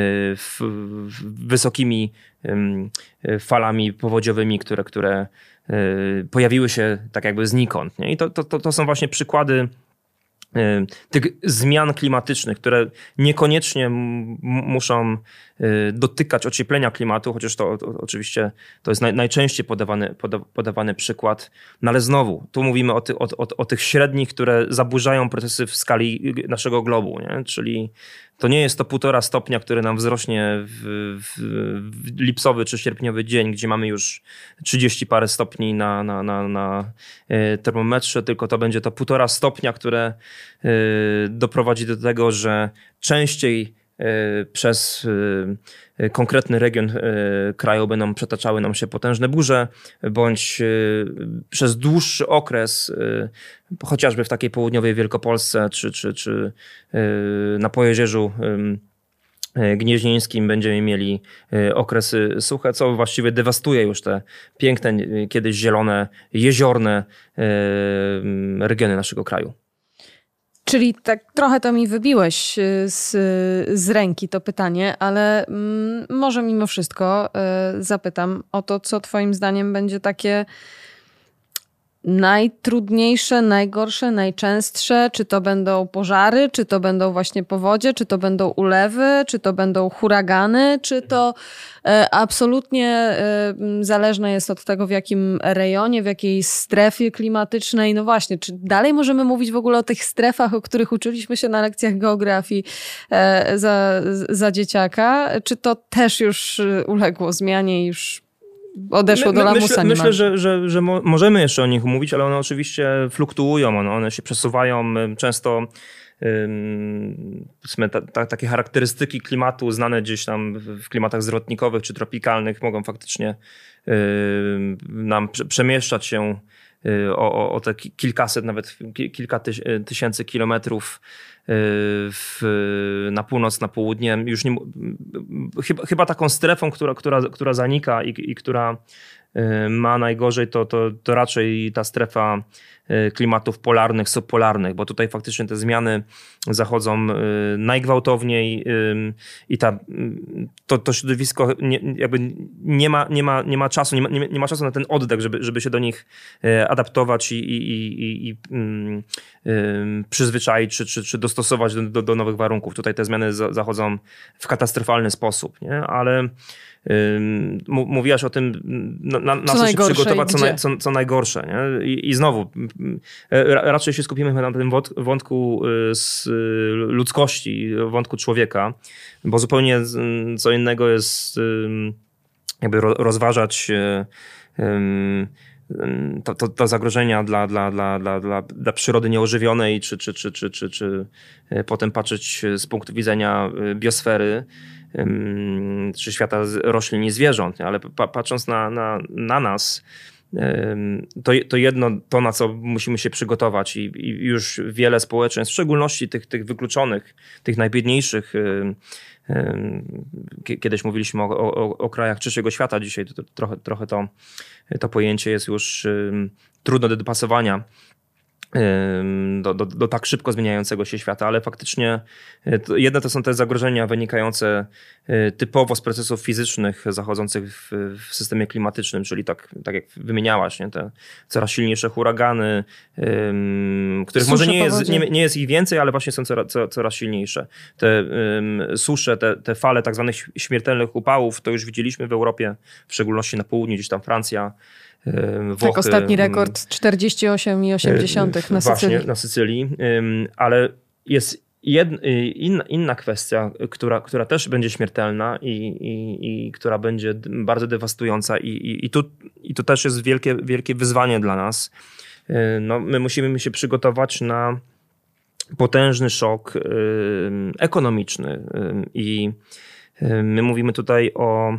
wysokimi falami powodziowymi, które, które pojawiły się tak jakby znikąd. Nie? I to, to, to są właśnie przykłady tych zmian klimatycznych, które niekoniecznie m- muszą dotykać ocieplenia klimatu, chociaż to, to oczywiście to jest naj, najczęściej podawany, poda, podawany przykład. No ale znowu, tu mówimy o, ty, o, o, o tych średnich, które zaburzają procesy w skali naszego globu, nie? Czyli to nie jest to półtora stopnia, które nam wzrośnie w, w, w lipcowy czy sierpniowy dzień, gdzie mamy już trzydzieści parę stopni na, na, na, na termometrze, tylko to będzie to półtora stopnia, które doprowadzi do tego, że częściej przez konkretny region kraju będą przetaczały nam się potężne burze, bądź przez dłuższy okres, chociażby w takiej południowej Wielkopolsce, czy, czy, czy na Pojezierzu Gnieźnieńskim będziemy mieli okresy suche, co właściwie dewastuje już te piękne, kiedyś zielone, jeziorne regiony naszego kraju. Czyli tak trochę to mi wybiłeś z, z ręki to pytanie, ale mm, może mimo wszystko y, zapytam o to, co twoim zdaniem będzie takie najtrudniejsze, najgorsze, najczęstsze? Czy to będą pożary, czy to będą właśnie powodzie, czy to będą ulewy, czy to będą huragany, czy to e, absolutnie e, zależne jest od tego, w jakim rejonie, w jakiej strefie klimatycznej. No właśnie, czy dalej możemy mówić w ogóle o tych strefach, o których uczyliśmy się na lekcjach geografii e, za, za dzieciaka? Czy to też już uległo zmianie i już odeszło My, do lamusa? Myślę, myślę że, że, że mo- możemy jeszcze o nich mówić, ale one oczywiście fluktuują, one, one się przesuwają. Często ym, ta, ta, takie charakterystyki klimatu znane gdzieś tam w klimatach zwrotnikowych czy tropikalnych mogą faktycznie ym, nam prze- przemieszczać się o, o, o te kilkaset, nawet kilka tysięcy kilometrów w, na północ, na południe. Już nie, chyba, chyba taką strefą, która, która, która zanika i, i która ma najgorzej, to, to, to raczej ta strefa klimatów polarnych, subpolarnych, bo tutaj faktycznie te zmiany zachodzą najgwałtowniej i ta, to, to środowisko nie, jakby nie ma, nie ma, nie ma czasu, nie ma, nie ma czasu na ten oddech, żeby, żeby się do nich adaptować i, i, i, i um, um, przyzwyczaić czy, czy, czy dostosować do, do, do nowych warunków. Tutaj te zmiany za, zachodzą w katastrofalny sposób, nie? Ale mówiłaś o tym, na, na co, co się przygotować, co, naj, co, co najgorsze. Nie? I, I znowu, raczej się skupimy na tym wątku z ludzkości, wątku człowieka, bo zupełnie co innego jest jakby rozważać to, to, to zagrożenia dla, dla, dla, dla, dla, dla przyrody nieożywionej, czy, czy, czy, czy, czy, czy potem patrzeć z punktu widzenia biosfery, czy świata roślin i zwierząt, ale patrząc na, na, na nas, to, to jedno, to na co musimy się przygotować i, i już wiele społeczeństw, w szczególności tych, tych wykluczonych, tych najbiedniejszych, kiedyś mówiliśmy o, o, o krajach trzeciego świata, dzisiaj to, to, trochę, trochę to, to pojęcie jest już trudno do dopasowania Do, do, do tak szybko zmieniającego się świata, ale faktycznie to, jedne to są te zagrożenia wynikające typowo z procesów fizycznych zachodzących w, w systemie klimatycznym, czyli tak, tak jak wymieniałaś, nie? Te coraz silniejsze huragany, um, których susze może nie jest, nie, nie jest ich więcej, ale właśnie są coraz, coraz silniejsze. Te um, susze, te, te fale tak zwanych śmiertelnych upałów, to już widzieliśmy w Europie, w szczególności na południu, gdzieś tam Francja, Włochy, tak, ostatni rekord czterdzieści osiem i osiem dziesiątych na Sycylii. Właśnie, na Sycylii, ale jest jedna, inna, inna kwestia, która, która też będzie śmiertelna i, i, i która będzie bardzo dewastująca i, i, i, tu, i to też jest wielkie, wielkie wyzwanie dla nas. No, my musimy się przygotować na potężny szok ekonomiczny i my mówimy tutaj o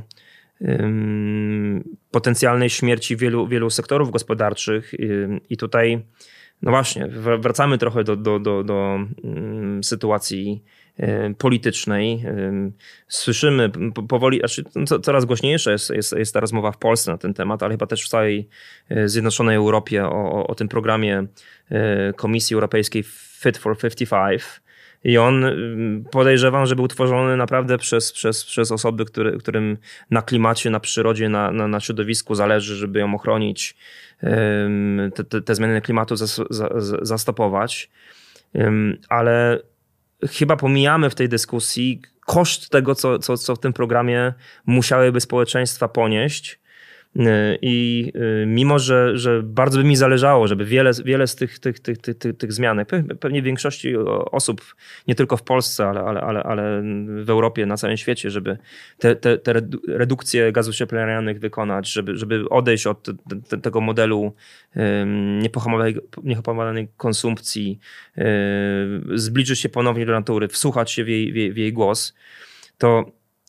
potencjalnej śmierci wielu, wielu sektorów gospodarczych i tutaj no właśnie wracamy trochę do, do, do, do sytuacji politycznej. Słyszymy powoli, znaczy coraz głośniejsza jest, jest, jest ta rozmowa w Polsce na ten temat, ale chyba też w całej Zjednoczonej Europie o, o tym programie Komisji Europejskiej Fit for pięćdziesiąt pięć. I on, podejrzewam, że był tworzony naprawdę przez, przez, przez osoby, które, którym na klimacie, na przyrodzie, na, na, na środowisku zależy, żeby ją ochronić, te, te, te zmiany klimatu zas, za, zastopować. Ale chyba pomijamy w tej dyskusji koszt tego, co, co, co w tym programie musiałyby społeczeństwa ponieść. I mimo, że, że bardzo by mi zależało, żeby wiele, wiele z tych, tych, tych, tych, tych, tych zmian, pewnie większości osób, nie tylko w Polsce, ale, ale, ale, ale w Europie, na całym świecie, żeby te, te, te redukcje gazów cieplarnianych wykonać, żeby, żeby odejść od te, tego modelu niepohamowanej, niepohamowanej konsumpcji, zbliżyć się ponownie do natury, wsłuchać się w jej, w jej, w jej głos, to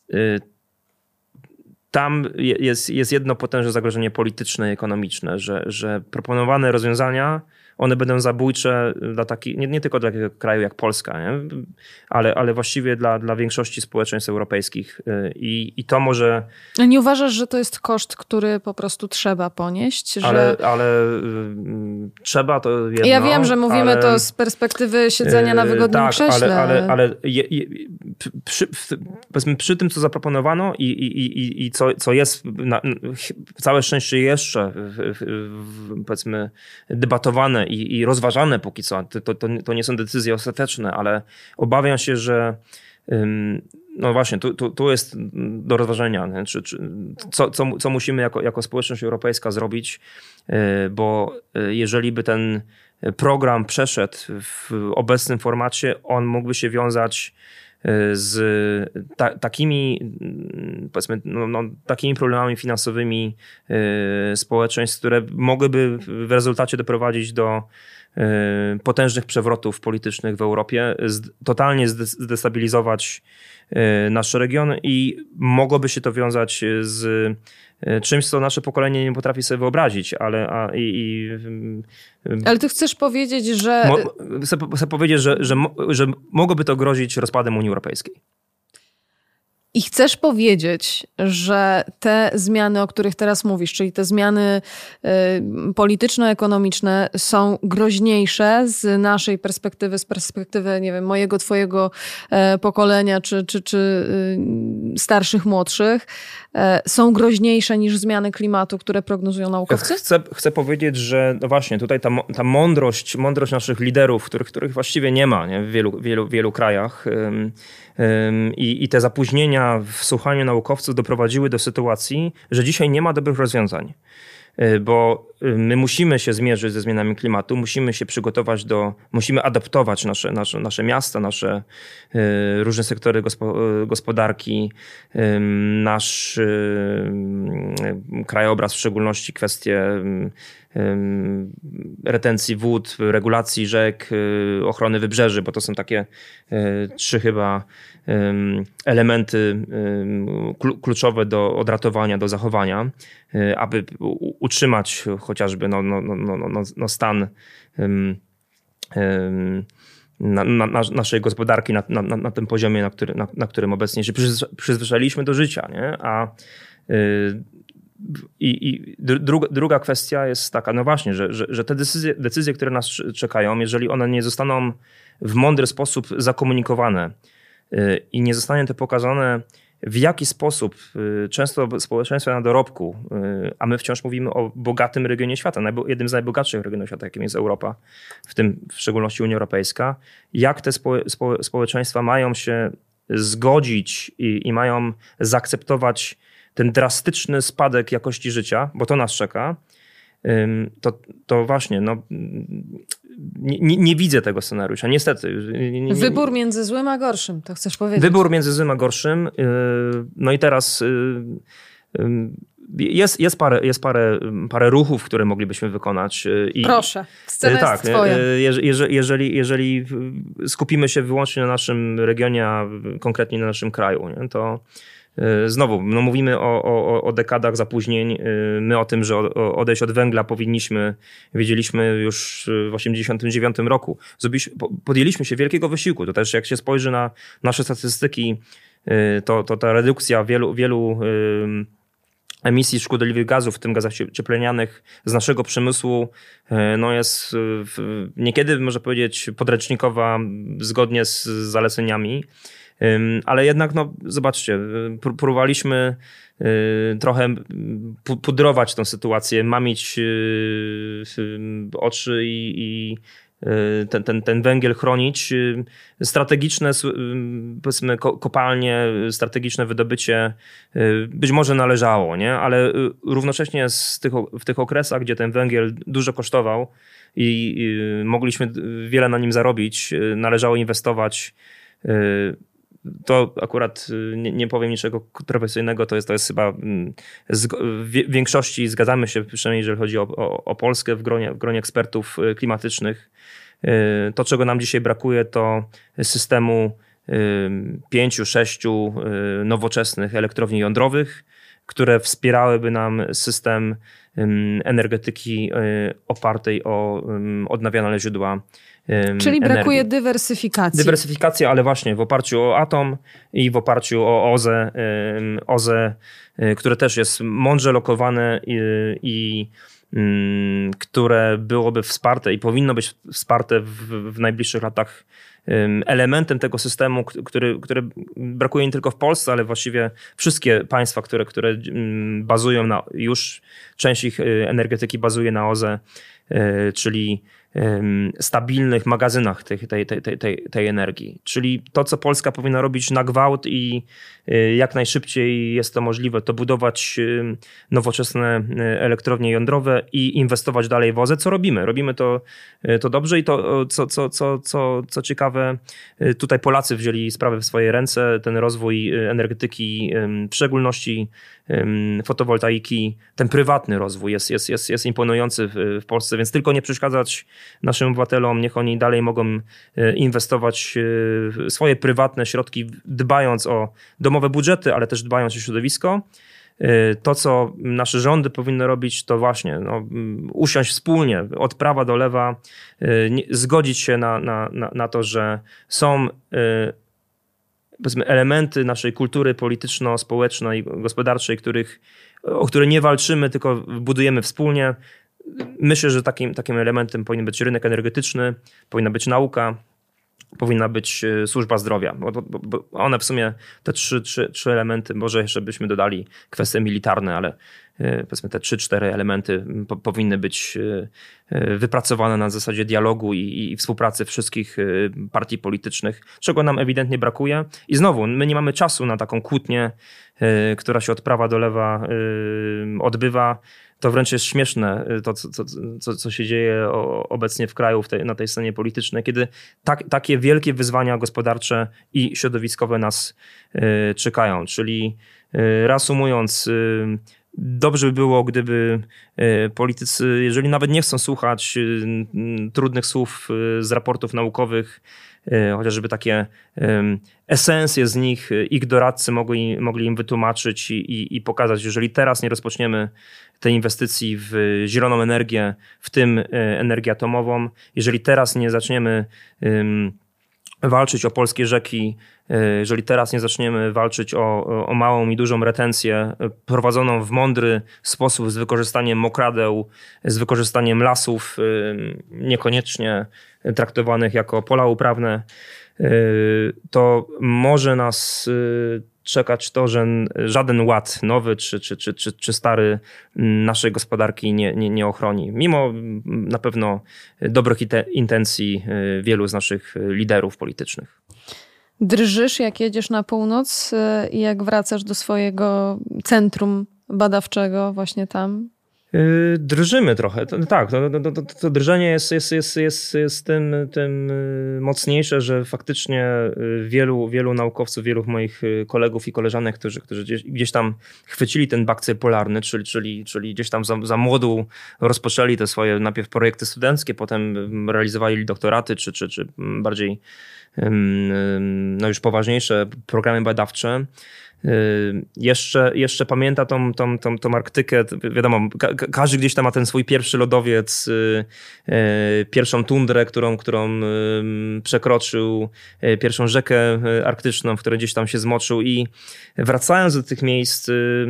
tam jest, jest jedno potężne zagrożenie polityczne i ekonomiczne, że, że proponowane rozwiązania, one będą zabójcze dla taki, nie, nie tylko dla takiego kraju jak Polska, nie? Ale, ale właściwie dla, dla większości społeczeństw europejskich. I, i to może... A nie uważasz, że to jest koszt, który po prostu trzeba ponieść? Że... Ale, ale trzeba to jedno. Ja wiem, że mówimy ale... to z perspektywy siedzenia na wygodnym tak, krześle. ale, ale, ale je, je, przy, przy, przy tym, co zaproponowano i, i, i, i co, co jest na, całe szczęście jeszcze w, w, w, powiedzmy debatowane I, i rozważane póki co. To, to, to nie są decyzje ostateczne, ale obawiam się, że ym, no właśnie, tu, tu, tu jest do rozważenia, nie? Czy, czy, co, co, co musimy jako, jako społeczność europejska zrobić, yy, bo jeżeli by ten program przeszedł w obecnym formacie, on mógłby się wiązać z ta, takimi, powiedzmy, no, no, takimi problemami finansowymi y, społeczeństw, które mogłyby w rezultacie doprowadzić do y, potężnych przewrotów politycznych w Europie, z, totalnie zdestabilizować y, nasz region i mogłoby się to wiązać z y, czymś, co nasze pokolenie nie potrafi sobie wyobrazić, ale a, i, i Ale ty chcesz powiedzieć, że... Mo, chcę, chcę powiedzieć, że, że, że mogłoby to grozić rozpadem Unii Europejskiej. I chcesz powiedzieć, że te zmiany, o których teraz mówisz, czyli te zmiany y, polityczno-ekonomiczne są groźniejsze z naszej perspektywy, z perspektywy, nie wiem, mojego, twojego e, pokolenia, czy, czy, czy y, starszych, młodszych, e, są groźniejsze niż zmiany klimatu, które prognozują naukowcy? Chcę, chcę powiedzieć, że no właśnie tutaj ta, ta mądrość, mądrość naszych liderów, których, których właściwie nie ma nie? w wielu, wielu, wielu krajach, ym, ym, i, i te zapóźnienia w słuchaniu naukowców doprowadziły do sytuacji, że dzisiaj nie ma dobrych rozwiązań. Bo my musimy się zmierzyć ze zmianami klimatu, musimy się przygotować do, musimy adaptować nasze, nasze, nasze miasta, nasze y, różne sektory gospo, gospodarki, y, nasz y, krajobraz, w szczególności kwestie y, y, retencji wód, regulacji rzek, y, ochrony wybrzeży, bo to są takie y, trzy chyba y, elementy y, kluczowe do odratowania, do zachowania, y, aby utrzymać chociażby no, no, no, no, no stan um, um, na, na, naszej gospodarki na, na, na tym poziomie, na, który, na, na którym obecnie się przyzwyczailiśmy do życia. Nie? A y, i, i druga, druga kwestia jest taka, no właśnie, że, że, że te decyzje, decyzje, które nas czekają, jeżeli one nie zostaną w mądry sposób zakomunikowane y, i nie zostanie to pokazane, w jaki sposób często społeczeństwa na dorobku, a my wciąż mówimy o bogatym regionie świata, jednym z najbogatszych regionów świata, jakim jest Europa, w tym w szczególności Unia Europejska, jak te społeczeństwa mają się zgodzić i, i mają zaakceptować ten drastyczny spadek jakości życia, bo to nas czeka, to, to właśnie no, nie, nie, nie widzę tego scenariusza, niestety. Nie, nie, Wybór między złym a gorszym, to chcesz powiedzieć? Wybór między złym a gorszym. No i teraz jest, jest, parę, jest parę, parę ruchów, które moglibyśmy wykonać. I, Proszę, scena tak, jest twoja. Jeżeli, jeżeli, jeżeli skupimy się wyłącznie na naszym regionie, a konkretnie na naszym kraju, nie, to znowu, no mówimy o, o, o dekadach zapóźnień. My o tym, że odejść od węgla powinniśmy, wiedzieliśmy już w osiemdziesiątym dziewiątym roku. Podjęliśmy się wielkiego wysiłku. To też jak się spojrzy na nasze statystyki, to, to ta redukcja wielu, wielu emisji szkodliwych gazów, w tym gazach cieplarnianych z naszego przemysłu, no jest niekiedy, można powiedzieć, podręcznikowa, zgodnie z zaleceniami. Ale jednak, no zobaczcie, próbowaliśmy trochę pudrować tę sytuację, mamić oczy i, i ten, ten, ten węgiel chronić. Strategiczne, powiedzmy, kopalnie, strategiczne wydobycie być może należało, nie? Ale równocześnie z tych, w tych okresach, gdzie ten węgiel dużo kosztował i, i mogliśmy wiele na nim zarobić, należało inwestować. To akurat nie, nie powiem niczego kontrowersyjnego, to jest, to jest chyba z, w większości zgadzamy się, przynajmniej jeżeli chodzi o, o, o Polskę w gronie, w gronie ekspertów klimatycznych. To, czego nam dzisiaj brakuje, to systemu pięciu, sześciu nowoczesnych elektrowni jądrowych, które wspierałyby nam system energetyki opartej o odnawialne źródła Czyli energii. brakuje dywersyfikacji. Dywersyfikacja, ale właśnie w oparciu o atom i w oparciu o O Z E, O Z E, które też jest mądrze lokowane i, i które byłoby wsparte i powinno być wsparte w, w najbliższych latach elementem tego systemu, który, który brakuje nie tylko w Polsce, ale właściwie wszystkie państwa, które, które bazują na, już część ich energetyki bazuje na O Z E, czyli stabilnych magazynach tej, tej, tej, tej, tej energii. Czyli to, co Polska powinna robić na gwałt i jak najszybciej jest to możliwe, to budować nowoczesne elektrownie jądrowe i inwestować dalej w O Z E, co robimy. Robimy to, to dobrze i to, co, co, co, co, co ciekawe, tutaj Polacy wzięli sprawę w swoje ręce, ten rozwój energetyki, w szczególności fotowoltaiki, ten prywatny rozwój jest, jest, jest, jest imponujący w, w Polsce, więc tylko nie przeszkadzać naszym obywatelom, niech oni dalej mogą inwestować swoje prywatne środki, dbając o domowe budżety, ale też dbając o środowisko. To, co nasze rządy powinny robić, to właśnie no, usiąść wspólnie od prawa do lewa, zgodzić się na, na, na, na to, że są powiedzmy, elementy naszej kultury polityczno-społecznej, gospodarczej, których, o które nie walczymy, tylko budujemy wspólnie. Myślę, że takim, takim elementem powinien być rynek energetyczny, powinna być nauka, powinna być służba zdrowia. Bo, bo, bo one w sumie, te trzy, trzy, trzy elementy, może jeszcze byśmy dodali kwestie militarne, ale powiedzmy te trzy, cztery elementy po, powinny być wypracowane na zasadzie dialogu i, i współpracy wszystkich partii politycznych, czego nam ewidentnie brakuje. I znowu, my nie mamy czasu na taką kłótnię, która się od prawa do lewa odbywa. To wręcz jest śmieszne, to co, co, co się dzieje obecnie w kraju w tej, na tej scenie politycznej, kiedy tak, takie wielkie wyzwania gospodarcze i środowiskowe nas y, czekają. Czyli y, reasumując, y, dobrze by było, gdyby y, politycy, jeżeli nawet nie chcą słuchać y, y, trudnych słów y, z raportów naukowych, chociażby takie esencje z nich ich doradcy mogli, mogli im wytłumaczyć i, i, i pokazać, że jeżeli teraz nie rozpoczniemy tej inwestycji w zieloną energię, w tym energię atomową, jeżeli teraz nie zaczniemy um, walczyć o polskie rzeki, jeżeli teraz nie zaczniemy walczyć o, o małą i dużą retencję prowadzoną w mądry sposób z wykorzystaniem mokradeł, z wykorzystaniem lasów, niekoniecznie traktowanych jako pola uprawne, to może nas czekać to, że żaden ład nowy czy, czy, czy, czy, czy stary naszej gospodarki nie, nie, nie ochroni. Mimo na pewno dobrych intencji wielu z naszych liderów politycznych. Drżysz, jak jedziesz na północ i jak wracasz do swojego centrum badawczego właśnie tam? Drżymy trochę, tak, to, to, to, to drżenie jest, jest, jest, jest, jest tym, tym mocniejsze, że faktycznie wielu, wielu naukowców, wielu moich kolegów i koleżanek, którzy, którzy gdzieś, gdzieś tam chwycili ten bakcyl polarny, czyli, czyli, czyli gdzieś tam za, za młodu rozpoczęli te swoje najpierw projekty studenckie, potem realizowali doktoraty, czy, czy, czy bardziej no już poważniejsze programy badawcze. Jeszcze, jeszcze pamięta tą, tą, tą, tą Arktykę, wiadomo, ka- każdy gdzieś tam ma ten swój pierwszy lodowiec, pierwszą tundrę, którą, którą przekroczył, pierwszą rzekę arktyczną, w której gdzieś tam się zmoczył i wracając do tych miejsc,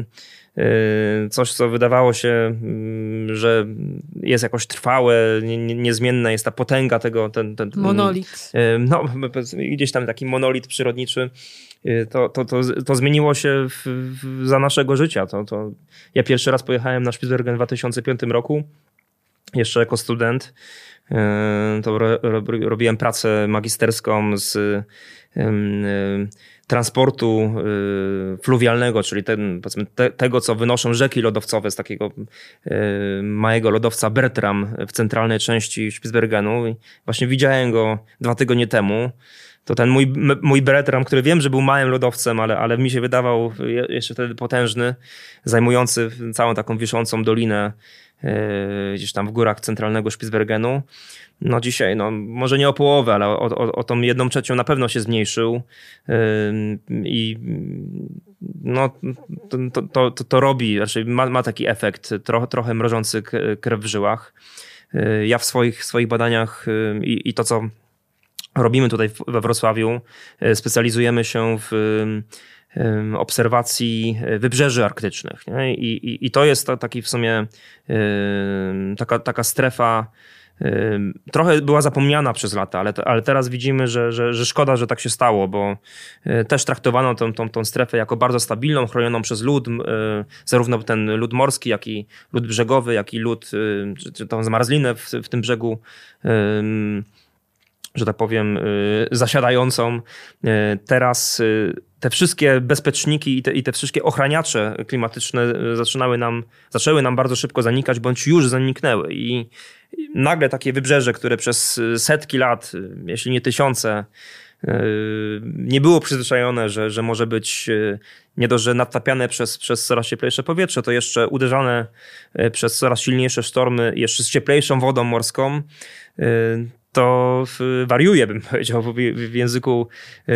coś, co wydawało się, że jest jakoś trwałe, nie, niezmienne, jest ta potęga tego. Ten, ten, monolit. No, gdzieś tam taki monolit przyrodniczy. To, to, to, to zmieniło się w, w, za naszego życia. To, to ja pierwszy raz pojechałem na Spitsbergen w dwa tysiące piątym roku, jeszcze jako student. To ro, ro, robiłem pracę magisterską z um, transportu y, fluwialnego, czyli ten, powiedzmy, te, tego, co wynoszą rzeki lodowcowe z takiego y, małego lodowca Bertram w centralnej części Spitsbergenu. I właśnie widziałem go dwa tygodnie temu. To ten mój, mój Bertram, który wiem, że był małym lodowcem, ale, ale mi się wydawał jeszcze wtedy potężny, zajmujący całą taką wiszącą dolinę yy, gdzieś tam w górach centralnego Spitsbergenu. No dzisiaj, no może nie o połowę, ale o, o, o tą jedną trzecią na pewno się zmniejszył yy, i no to, to, to, to robi, znaczy ma, ma taki efekt trochę, trochę mrożący krew w żyłach. Yy, ja w swoich, swoich badaniach yy, i, i to, co robimy tutaj we Wrocławiu, specjalizujemy się w obserwacji wybrzeży arktycznych. Nie? I, i, I to jest to taki w sumie taka, taka strefa, trochę była zapomniana przez lata, ale, ale teraz widzimy, że, że, że szkoda, że tak się stało, bo też traktowano tą, tą, tą strefę jako bardzo stabilną, chronioną przez lód, zarówno ten lód morski, jak i lód brzegowy, jak i lód, czy, czy tą zmarzlinę w, w tym brzegu, że tak powiem, zasiadającą. Teraz te wszystkie bezpieczniki i te, i te wszystkie ochraniacze klimatyczne zaczynały nam, zaczęły nam bardzo szybko zanikać, bądź już zaniknęły. I nagle takie wybrzeże, które przez setki lat, jeśli nie tysiące, nie było przyzwyczajone, że, że może być nie dość, że nadtapiane przez, przez coraz cieplejsze powietrze, to jeszcze uderzane przez coraz silniejsze sztormy, jeszcze z cieplejszą wodą morską, to wariuje, bym powiedział, w języku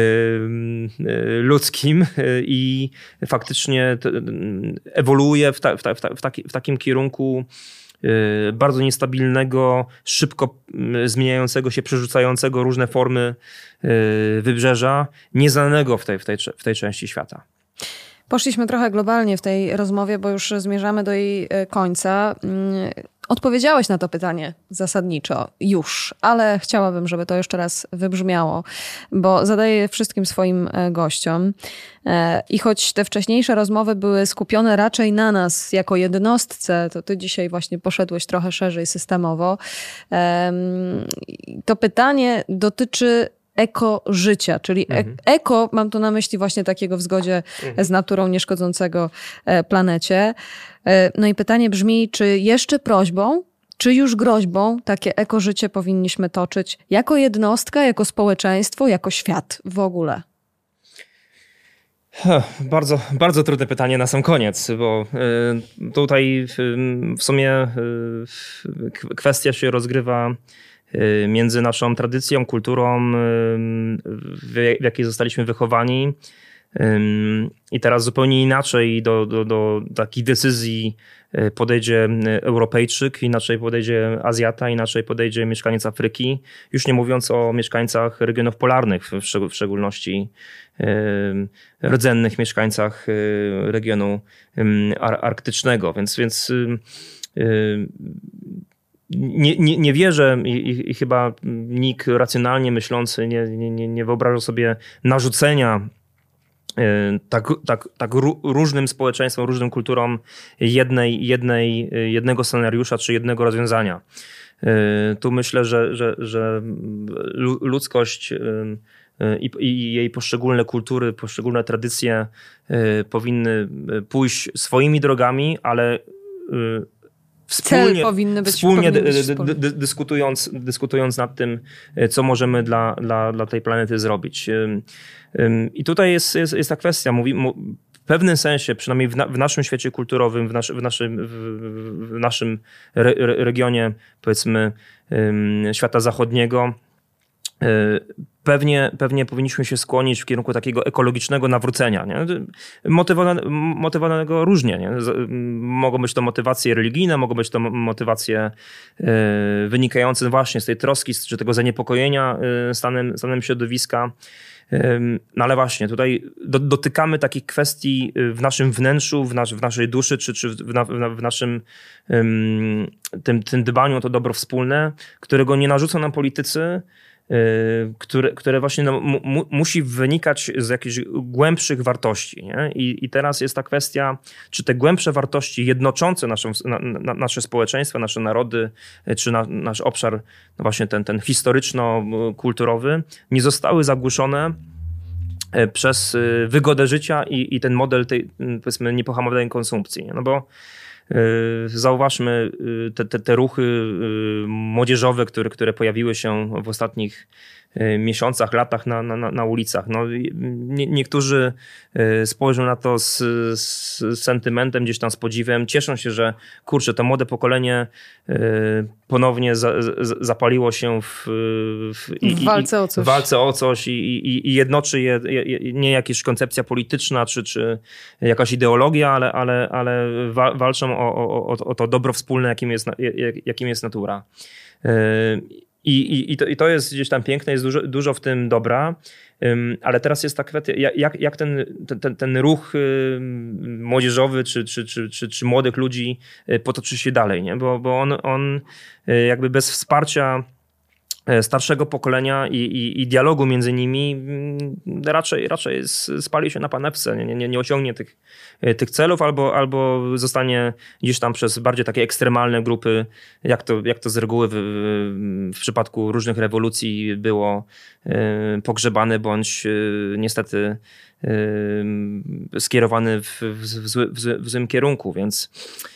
ludzkim i faktycznie ewoluuje w, ta, w, ta, w, ta, w, taki, w takim kierunku, bardzo niestabilnego, szybko zmieniającego się, przerzucającego różne formy wybrzeża, nieznanego w tej, w tej, w tej części świata. Poszliśmy trochę globalnie w tej rozmowie, bo już zmierzamy do jej końca. Odpowiedziałeś na to pytanie zasadniczo już, ale chciałabym, żeby to jeszcze raz wybrzmiało, bo zadaję je wszystkim swoim gościom. I choć te wcześniejsze rozmowy były skupione raczej na nas jako jednostce, to ty dzisiaj właśnie poszedłeś trochę szerzej systemowo. To pytanie dotyczy eko-życia, czyli mhm. eko, mam tu na myśli właśnie takiego w zgodzie mhm. z naturą, nieszkodzącego planecie. No i pytanie brzmi, czy jeszcze prośbą, czy już groźbą takie eko-życie powinniśmy toczyć jako jednostka, jako społeczeństwo, jako świat w ogóle? Bardzo, bardzo trudne pytanie na sam koniec, bo tutaj w sumie kwestia się rozgrywa między naszą tradycją, kulturą, w jakiej zostaliśmy wychowani, i teraz zupełnie inaczej do, do, do takich decyzji podejdzie Europejczyk, inaczej podejdzie Azjata, inaczej podejdzie mieszkaniec Afryki, już nie mówiąc o mieszkańcach regionów polarnych, w, szczeg- w szczególności rdzennych mieszkańcach regionu ar- arktycznego, więc, więc Nie, nie, nie wierzę i, i, i chyba nikt racjonalnie myślący nie, nie, nie wyobraża sobie narzucenia tak, tak, tak różnym społeczeństwom, różnym kulturom jednej, jednej, jednego scenariusza czy jednego rozwiązania. Tu myślę, że, że, że ludzkość i, i jej poszczególne kultury, poszczególne tradycje powinny pójść swoimi drogami, ale Wspólnie, powinny być, wspólnie dy, dy, dy, dyskutując, dyskutując nad tym, co możemy dla, dla, dla tej planety zrobić. I tutaj jest, jest, jest ta kwestia. Mówi, w pewnym sensie, przynajmniej w, na, w naszym świecie kulturowym, w, naszy, w naszym, w, w naszym re, regionie, powiedzmy, świata zachodniego, Pewnie, pewnie powinniśmy się skłonić w kierunku takiego ekologicznego nawrócenia, nie? Motywowane, motywowanego różnie. Nie? Mogą być to motywacje religijne, mogą być to motywacje wynikające właśnie z tej troski, czy tego zaniepokojenia stanem, stanem środowiska. No ale właśnie, tutaj do, dotykamy takich kwestii w naszym wnętrzu, w, nas, w naszej duszy, czy, czy w, na, w naszym tym, tym dbaniu o to dobro wspólne, którego nie narzucą nam politycy, Które, które właśnie no, mu, musi wynikać z jakichś głębszych wartości. Nie? I, I teraz jest ta kwestia, czy te głębsze wartości jednoczące naszą, na, na, nasze społeczeństwa, nasze narody, czy na, nasz obszar, no właśnie ten, ten historyczno-kulturowy, nie zostały zagłuszone przez wygodę życia i, i ten model tej, powiedzmy, niepohamowanej konsumpcji. Nie? No bo zauważmy te, te, te ruchy młodzieżowe, które, które pojawiły się w ostatnich miesiącach, latach na, na, na ulicach. No, nie, niektórzy spojrzą na to z, z sentymentem, gdzieś tam z podziwem. Cieszą się, że kurczę, to młode pokolenie ponownie za, za, zapaliło się w, w, i, w walce o coś, w walce o coś i, i, i jednoczy je nie jakaś koncepcja polityczna czy, czy jakaś ideologia, ale, ale, ale walczą o, o, o to dobro wspólne, jakim jest, jakim jest natura. I, i, i, to, I to jest gdzieś tam piękne, jest dużo, dużo w tym dobra, um, ale teraz jest ta kwestia, jak, jak ten, ten, ten ruch um, młodzieżowy czy, czy, czy, czy, czy młodych ludzi potoczy się dalej, nie? Bo, bo on, on jakby bez wsparcia starszego pokolenia i, i, i dialogu między nimi raczej, raczej spali się na panewce, nie, nie, nie osiągnie tych, tych celów albo, albo zostanie gdzieś tam przez bardziej takie ekstremalne grupy, jak to, jak to z reguły w, w przypadku różnych rewolucji było, pogrzebany bądź niestety skierowany w, w, zły, w, zły, w złym kierunku, więc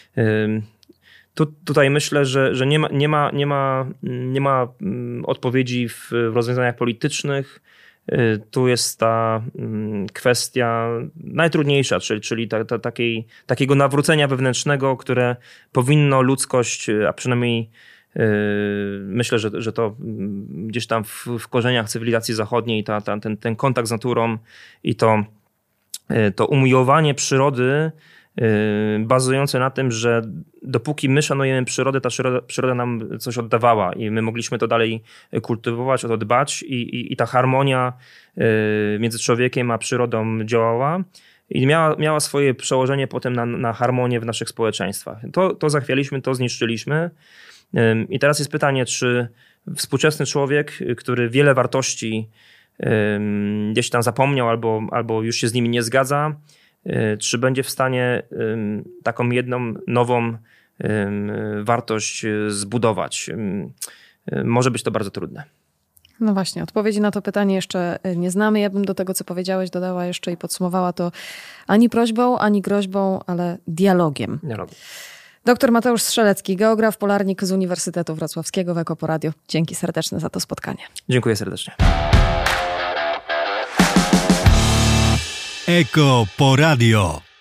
Tu, tutaj myślę, że, że nie, ma, nie, ma, nie, ma, nie ma odpowiedzi w rozwiązaniach politycznych. Tu jest ta kwestia najtrudniejsza, czyli, czyli ta, ta, takiej, takiego nawrócenia wewnętrznego, które powinno ludzkość, a przynajmniej yy, myślę, że, że to gdzieś tam w, w korzeniach cywilizacji zachodniej, ta, ta, ten, ten kontakt z naturą i to, to umiłowanie przyrody bazujące na tym, że dopóki my szanujemy przyrodę, ta przyroda, przyroda nam coś oddawała i my mogliśmy to dalej kultywować, o to dbać i, i, i ta harmonia między człowiekiem a przyrodą działała i miała, miała swoje przełożenie potem na, na harmonię w naszych społeczeństwach. To, to zachwialiśmy, to zniszczyliśmy i teraz jest pytanie, czy współczesny człowiek, który wiele wartości gdzieś tam zapomniał albo, albo już się z nimi nie zgadza, czy będzie w stanie taką jedną nową wartość zbudować. Może być to bardzo trudne. No właśnie, odpowiedzi na to pytanie jeszcze nie znamy. Ja bym do tego, co powiedziałeś, dodała jeszcze i podsumowała to ani prośbą, ani groźbą, ale dialogiem. Dialogiem. Doktor Mateusz Strzelecki, geograf, polarnik z Uniwersytetu Wrocławskiego w Eko Po Radio. Dzięki serdeczne za to spotkanie. Dziękuję serdecznie. Eko Po Radio.